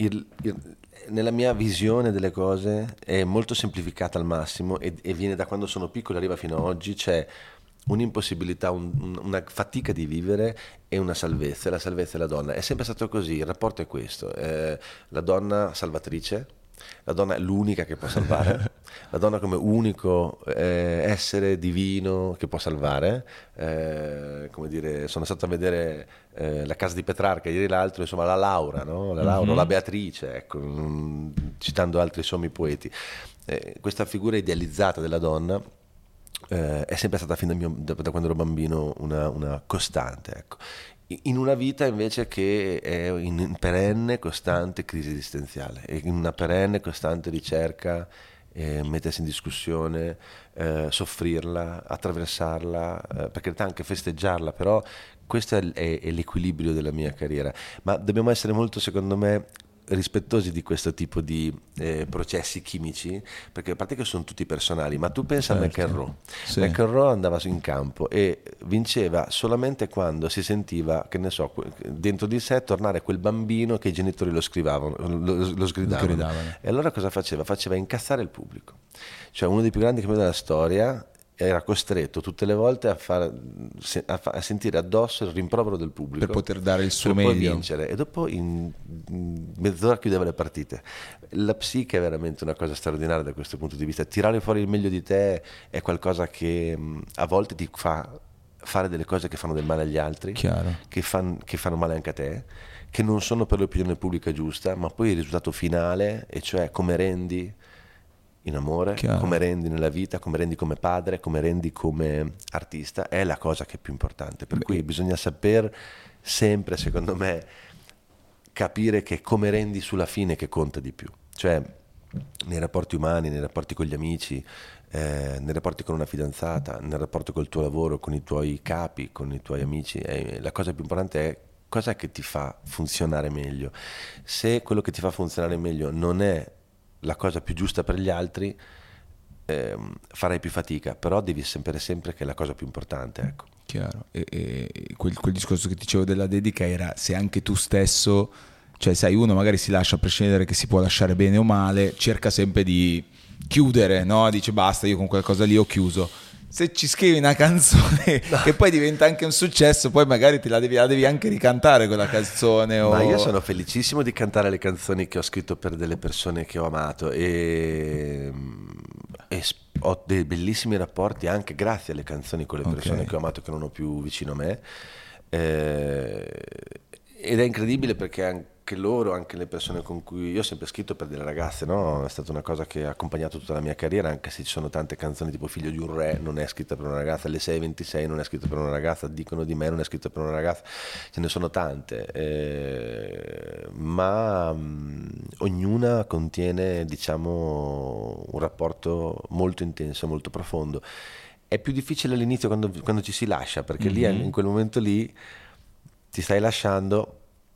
nella mia visione delle cose, è molto semplificata al massimo e viene da quando sono piccolo, arriva fino ad oggi, c'è un'impossibilità, una fatica di vivere e una salvezza, e la salvezza è la donna. È sempre stato così, il rapporto è questo, la donna salvatrice, la donna è l'unica che può salvare, la donna come unico essere divino che può salvare. Come dire, sono stato a vedere la casa di Petrarca ieri l'altro, insomma la Laura, no? La Laura, la Beatrice, ecco, citando altri sommi poeti. Questa figura idealizzata della donna è sempre stata fin da quando ero bambino una costante, ecco. In una vita invece che è in perenne costante crisi esistenziale, e in una perenne costante ricerca, mettersi in discussione, soffrirla, attraversarla, per carità anche festeggiarla, però questo è l'equilibrio della mia carriera. Ma dobbiamo essere molto, secondo me, rispettosi di questo tipo di processi chimici, perché a parte che sono tutti personali, ma tu pensa a McEnroe. Sì. McEnroe andava in campo e vinceva solamente quando si sentiva, che ne so, dentro di sé tornare quel bambino che i genitori lo sgridavano. E allora cosa faceva? Faceva incazzare il pubblico. Cioè, uno dei più grandi campioni della storia era costretto tutte le volte a sentire addosso il rimprovero del pubblico Per poter dare il suo per poi meglio. vincere, e dopo in mezz'ora chiudeva le partite. La psiche è veramente una cosa straordinaria da questo punto di vista. Tirare fuori il meglio di te è qualcosa che a volte ti fa fare delle cose che fanno del male agli altri, Chiaro. che fanno male anche a te, che non sono per l'opinione pubblica giusta, ma poi il risultato finale, e cioè come rendi in amore, Chiaro. come rendi nella vita, come rendi come padre, come rendi come artista, è la cosa che è più importante. Per cui bisogna saper sempre, secondo me, capire che come rendi sulla fine che conta di più. Cioè, nei rapporti umani, nei rapporti con gli amici, nei rapporti con una fidanzata, nel rapporto col tuo lavoro, con i tuoi capi, con i tuoi amici, la cosa più importante è cosa che ti fa funzionare meglio. Se quello che ti fa funzionare meglio non è la cosa più giusta per gli altri, farai più fatica, però devi sapere sempre che è la cosa più importante, ecco. Chiaro. E quel discorso che dicevo della dedica era se anche tu stesso, cioè sai, uno magari si lascia, a prescindere che si può lasciare bene o male, cerca sempre di chiudere, no? Dice basta, io con quella cosa lì ho chiuso. Se ci scrivi una canzone che poi diventa anche un successo, poi magari la devi anche ricantare quella canzone. Ma io sono felicissimo di cantare le canzoni che ho scritto per delle persone che ho amato, e ho dei bellissimi rapporti anche grazie alle canzoni con le persone che ho amato, che non ho più vicino a me, ed è incredibile perché anche loro, anche le persone con cui io ho sempre scritto per delle ragazze, no? È stata una cosa che ha accompagnato tutta la mia carriera, anche se ci sono tante canzoni tipo Figlio di un re non è scritta per una ragazza, Le 6:26 non è scritta per una ragazza, Dicono di me non è scritta per una ragazza, ce ne sono tante, ma ognuna contiene, diciamo, un rapporto molto intenso, molto profondo. È più difficile all'inizio quando ci si lascia, perché lì, in quel momento lì ti stai lasciando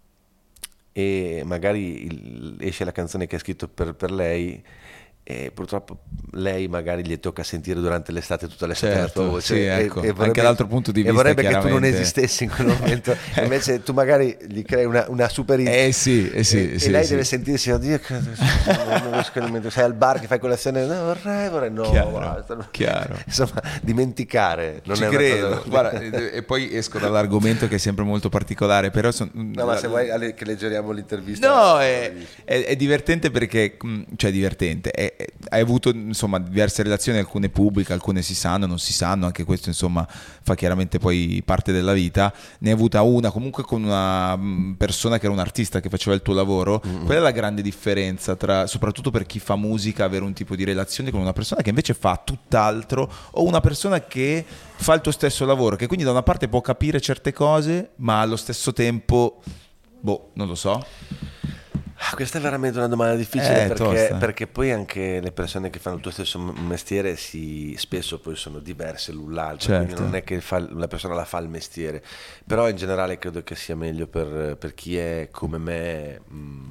e magari esce la canzone che hai scritto per lei, e purtroppo lei magari gli tocca sentire durante l'estate tutta l'estate la tua voce, sì, ecco, e vorrebbe, anche dall'alro punto di vista, e vorrebbe che tu non chiaramente esistessi in quel momento. Invece tu magari gli crei una super hit, e lei deve sentirsi, oddio, non riesco nemmeno, sei al bar che fai colazione, no, vorrei no, chiaro. Insomma, dimenticare non Ci è una credo. cosa. Guarda, e poi esco dall'argomento che è sempre molto particolare, però No, ma se vuoi che leggeriamo l'intervista. No, è divertente perché, cioè divertente, hai avuto insomma diverse relazioni, alcune pubbliche, alcune si sanno, non si sanno, anche questo insomma fa chiaramente poi parte della vita. Ne hai avuta una comunque con una persona che era un artista che faceva il tuo lavoro. Qual è la grande differenza tra, soprattutto per chi fa musica, avere un tipo di relazione con una persona che invece fa tutt'altro, o una persona che fa il tuo stesso lavoro, che quindi da una parte può capire certe cose ma allo stesso tempo non lo so? Questa è veramente una domanda difficile tosta. perché poi anche le persone che fanno il tuo stesso mestiere spesso poi sono diverse l'un l'altro, Certo. quindi non è che la persona la fa il mestiere, però in generale credo che sia meglio per chi è come me.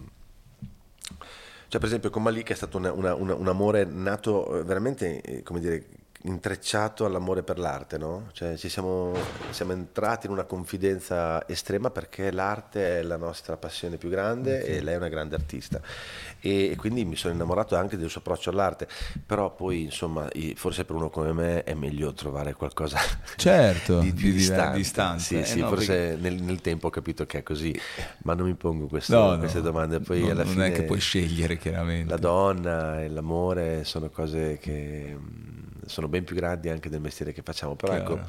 Cioè per esempio con Malika è stato un amore nato veramente, come dire, intrecciato all'amore per l'arte, no? Cioè siamo entrati in una confidenza estrema perché l'arte è la nostra passione più grande e lei è una grande artista e quindi mi sono innamorato anche del suo approccio all'arte, però poi insomma forse per uno come me è meglio trovare qualcosa Certo, di più distante. distante. Sì, No, forse nel tempo ho capito che è così, ma non mi pongo queste domande, poi alla non fine è che puoi scegliere chiaramente. la donna e l'amore sono cose che sono ben più grandi anche del mestiere che facciamo, però Chiaro.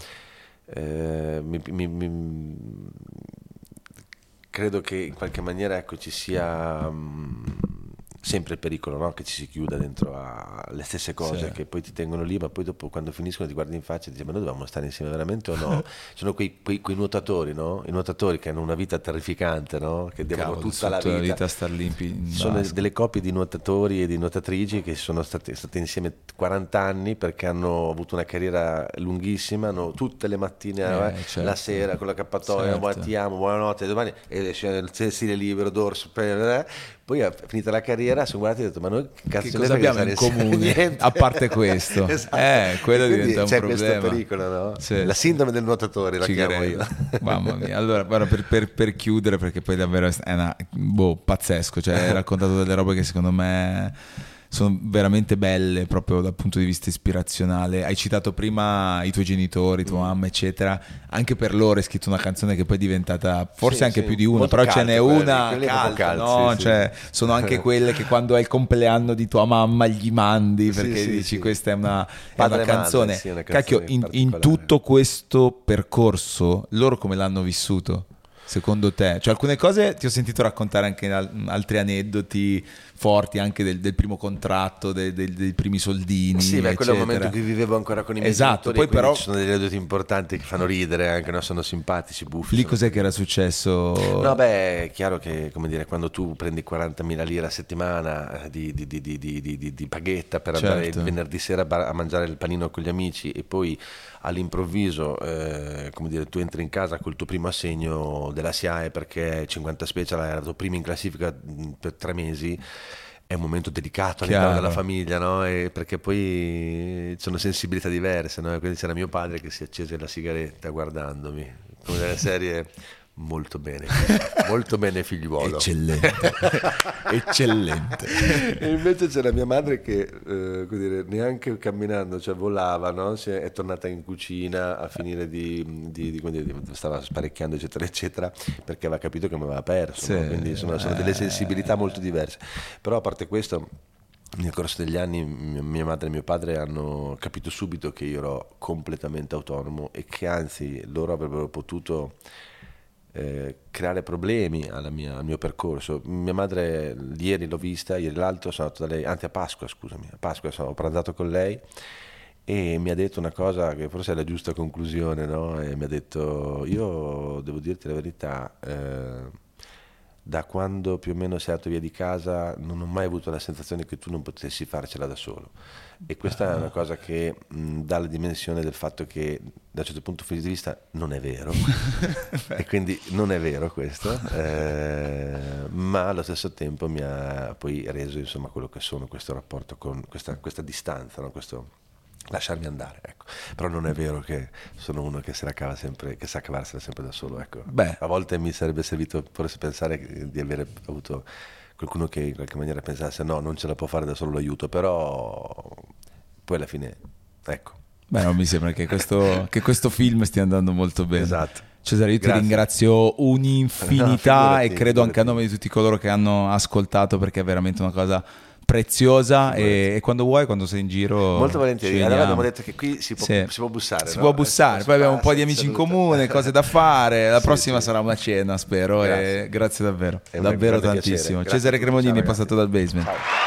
credo che in qualche maniera ecco, ci sia sempre il pericolo, no? Che ci si chiuda dentro alle stesse cose Sì. che poi ti tengono lì, ma poi dopo quando finiscono ti guardi in faccia e dici ma noi dovevamo stare insieme veramente o no? Sono quei nuotatori, no? I nuotatori che hanno una vita terrificante, no? Che devono tutta la vita star lì in sono vasca. delle coppie di nuotatori e di nuotatrici che sono state insieme 40 anni perché hanno avuto una carriera lunghissima, hanno tutte le mattine, certo. la sera con l'accappatoio, Certo. ti amo, buonanotte, domani esce il stile libero, dorso, poi finita la carriera sono guardati e ho detto ma noi che cazzo Che ce cosa ne frega abbiamo in stare insieme? comune Niente. a parte questo? Esatto. Quello E quindi diventa un c'è problema. questo pericolo, no? Sì. La sindrome del nuotatore la Ci chiamo credo. io. Mamma mia. Allora, guarda, per chiudere, perché poi davvero è pazzesco. Cioè, hai raccontato delle robe che secondo me sono veramente belle proprio dal punto di vista ispirazionale. Hai citato prima i tuoi genitori, tua mamma, eccetera. Anche per loro hai scritto una canzone che poi è diventata forse Sì, anche sì. più di una, Molto però ce cult n'è quelli, una quelli cult, proprio cult, no? sì, sì. Cioè, sono anche quelle che quando è il compleanno di tua mamma gli mandi Sì, perché sì, dici sì. questa è una Padre e canzone. madre, sì, una canzone Cacchio, in particolare. tutto questo percorso loro come l'hanno vissuto? Secondo te? Cioè alcune cose ti ho sentito raccontare anche altri aneddoti forti anche del primo contratto, dei primi soldini. Sì, beh, quello è un eccetera. momento in cui vivevo ancora con i miei Esatto, genitori, poi quindi però ci sono degli aneddoti importanti che fanno ridere anche, no? Sono simpatici, buffi. lì sono- cos'è che era successo? No, beh, è chiaro che, come dire, quando tu prendi 40.000 lire a settimana di paghetta per andare Certo. il venerdì sera a mangiare il panino con gli amici e poi all'improvviso, come dire, tu entri in casa col tuo primo assegno della SIAE perché 50 Special era il tuo primo in classifica per 3 mesi, è un momento delicato all'interno Chiaro. della famiglia, no? Perché poi sono sensibilità diverse, no? Quindi c'era mio padre che si accese la sigaretta guardandomi, come nelle serie molto bene figliuolo. Eccellente. Eccellente. E invece c'era mia madre che come dire, neanche camminando, cioè volava, no? È tornata in cucina a finire come dire, stava sparecchiando eccetera eccetera perché aveva capito che mi aveva perso, Sì. no? Quindi sono delle sensibilità molto diverse, però a parte questo nel corso degli anni mia madre e mio padre hanno capito subito che io ero completamente autonomo e che anzi loro avrebbero potuto creare problemi al mio percorso. Mia madre ieri l'ho vista, ieri l'altro sono andato da lei, anzi a Pasqua ho pranzato con lei e mi ha detto una cosa che forse è la giusta conclusione, no? E mi ha detto io devo dirti la verità, da quando più o meno sei andato via di casa non ho mai avuto la sensazione che tu non potessi farcela da solo, e questa è una cosa che dà la dimensione del fatto che da un certo punto di vista non è vero e quindi non è vero questo, ma allo stesso tempo mi ha poi reso insomma quello che sono, questo rapporto con questa distanza, no? Questo lasciarmi andare, ecco. Però non è vero che sono uno che se la cava sempre, che sa cavarsela sempre da solo, ecco. Beh. A volte mi sarebbe servito forse pensare di avere avuto qualcuno che in qualche maniera pensasse no, non ce la può fare da solo, l'aiuto, però poi alla fine, ecco. Beh, non mi sembra che questo film stia andando molto bene. Esatto. Cesare, io ti Grazie. ringrazio un'infinità No, figurati, e credo anche a nome di tutti coloro che hanno ascoltato, perché è veramente una cosa preziosa e quando vuoi, quando sei in giro Molto volentieri. ci Allora vediamo. abbiamo detto che qui si può bussare, si no? può bussare, poi abbiamo un po' di amici in comune, cose da fare, la Sì, prossima sì. sarà una cena, spero. Grazie. E grazie davvero, È un davvero grande tantissimo. piacere. Grazie Cesare a tutti. Cremodini, Ciao, passato dal basement. Ciao.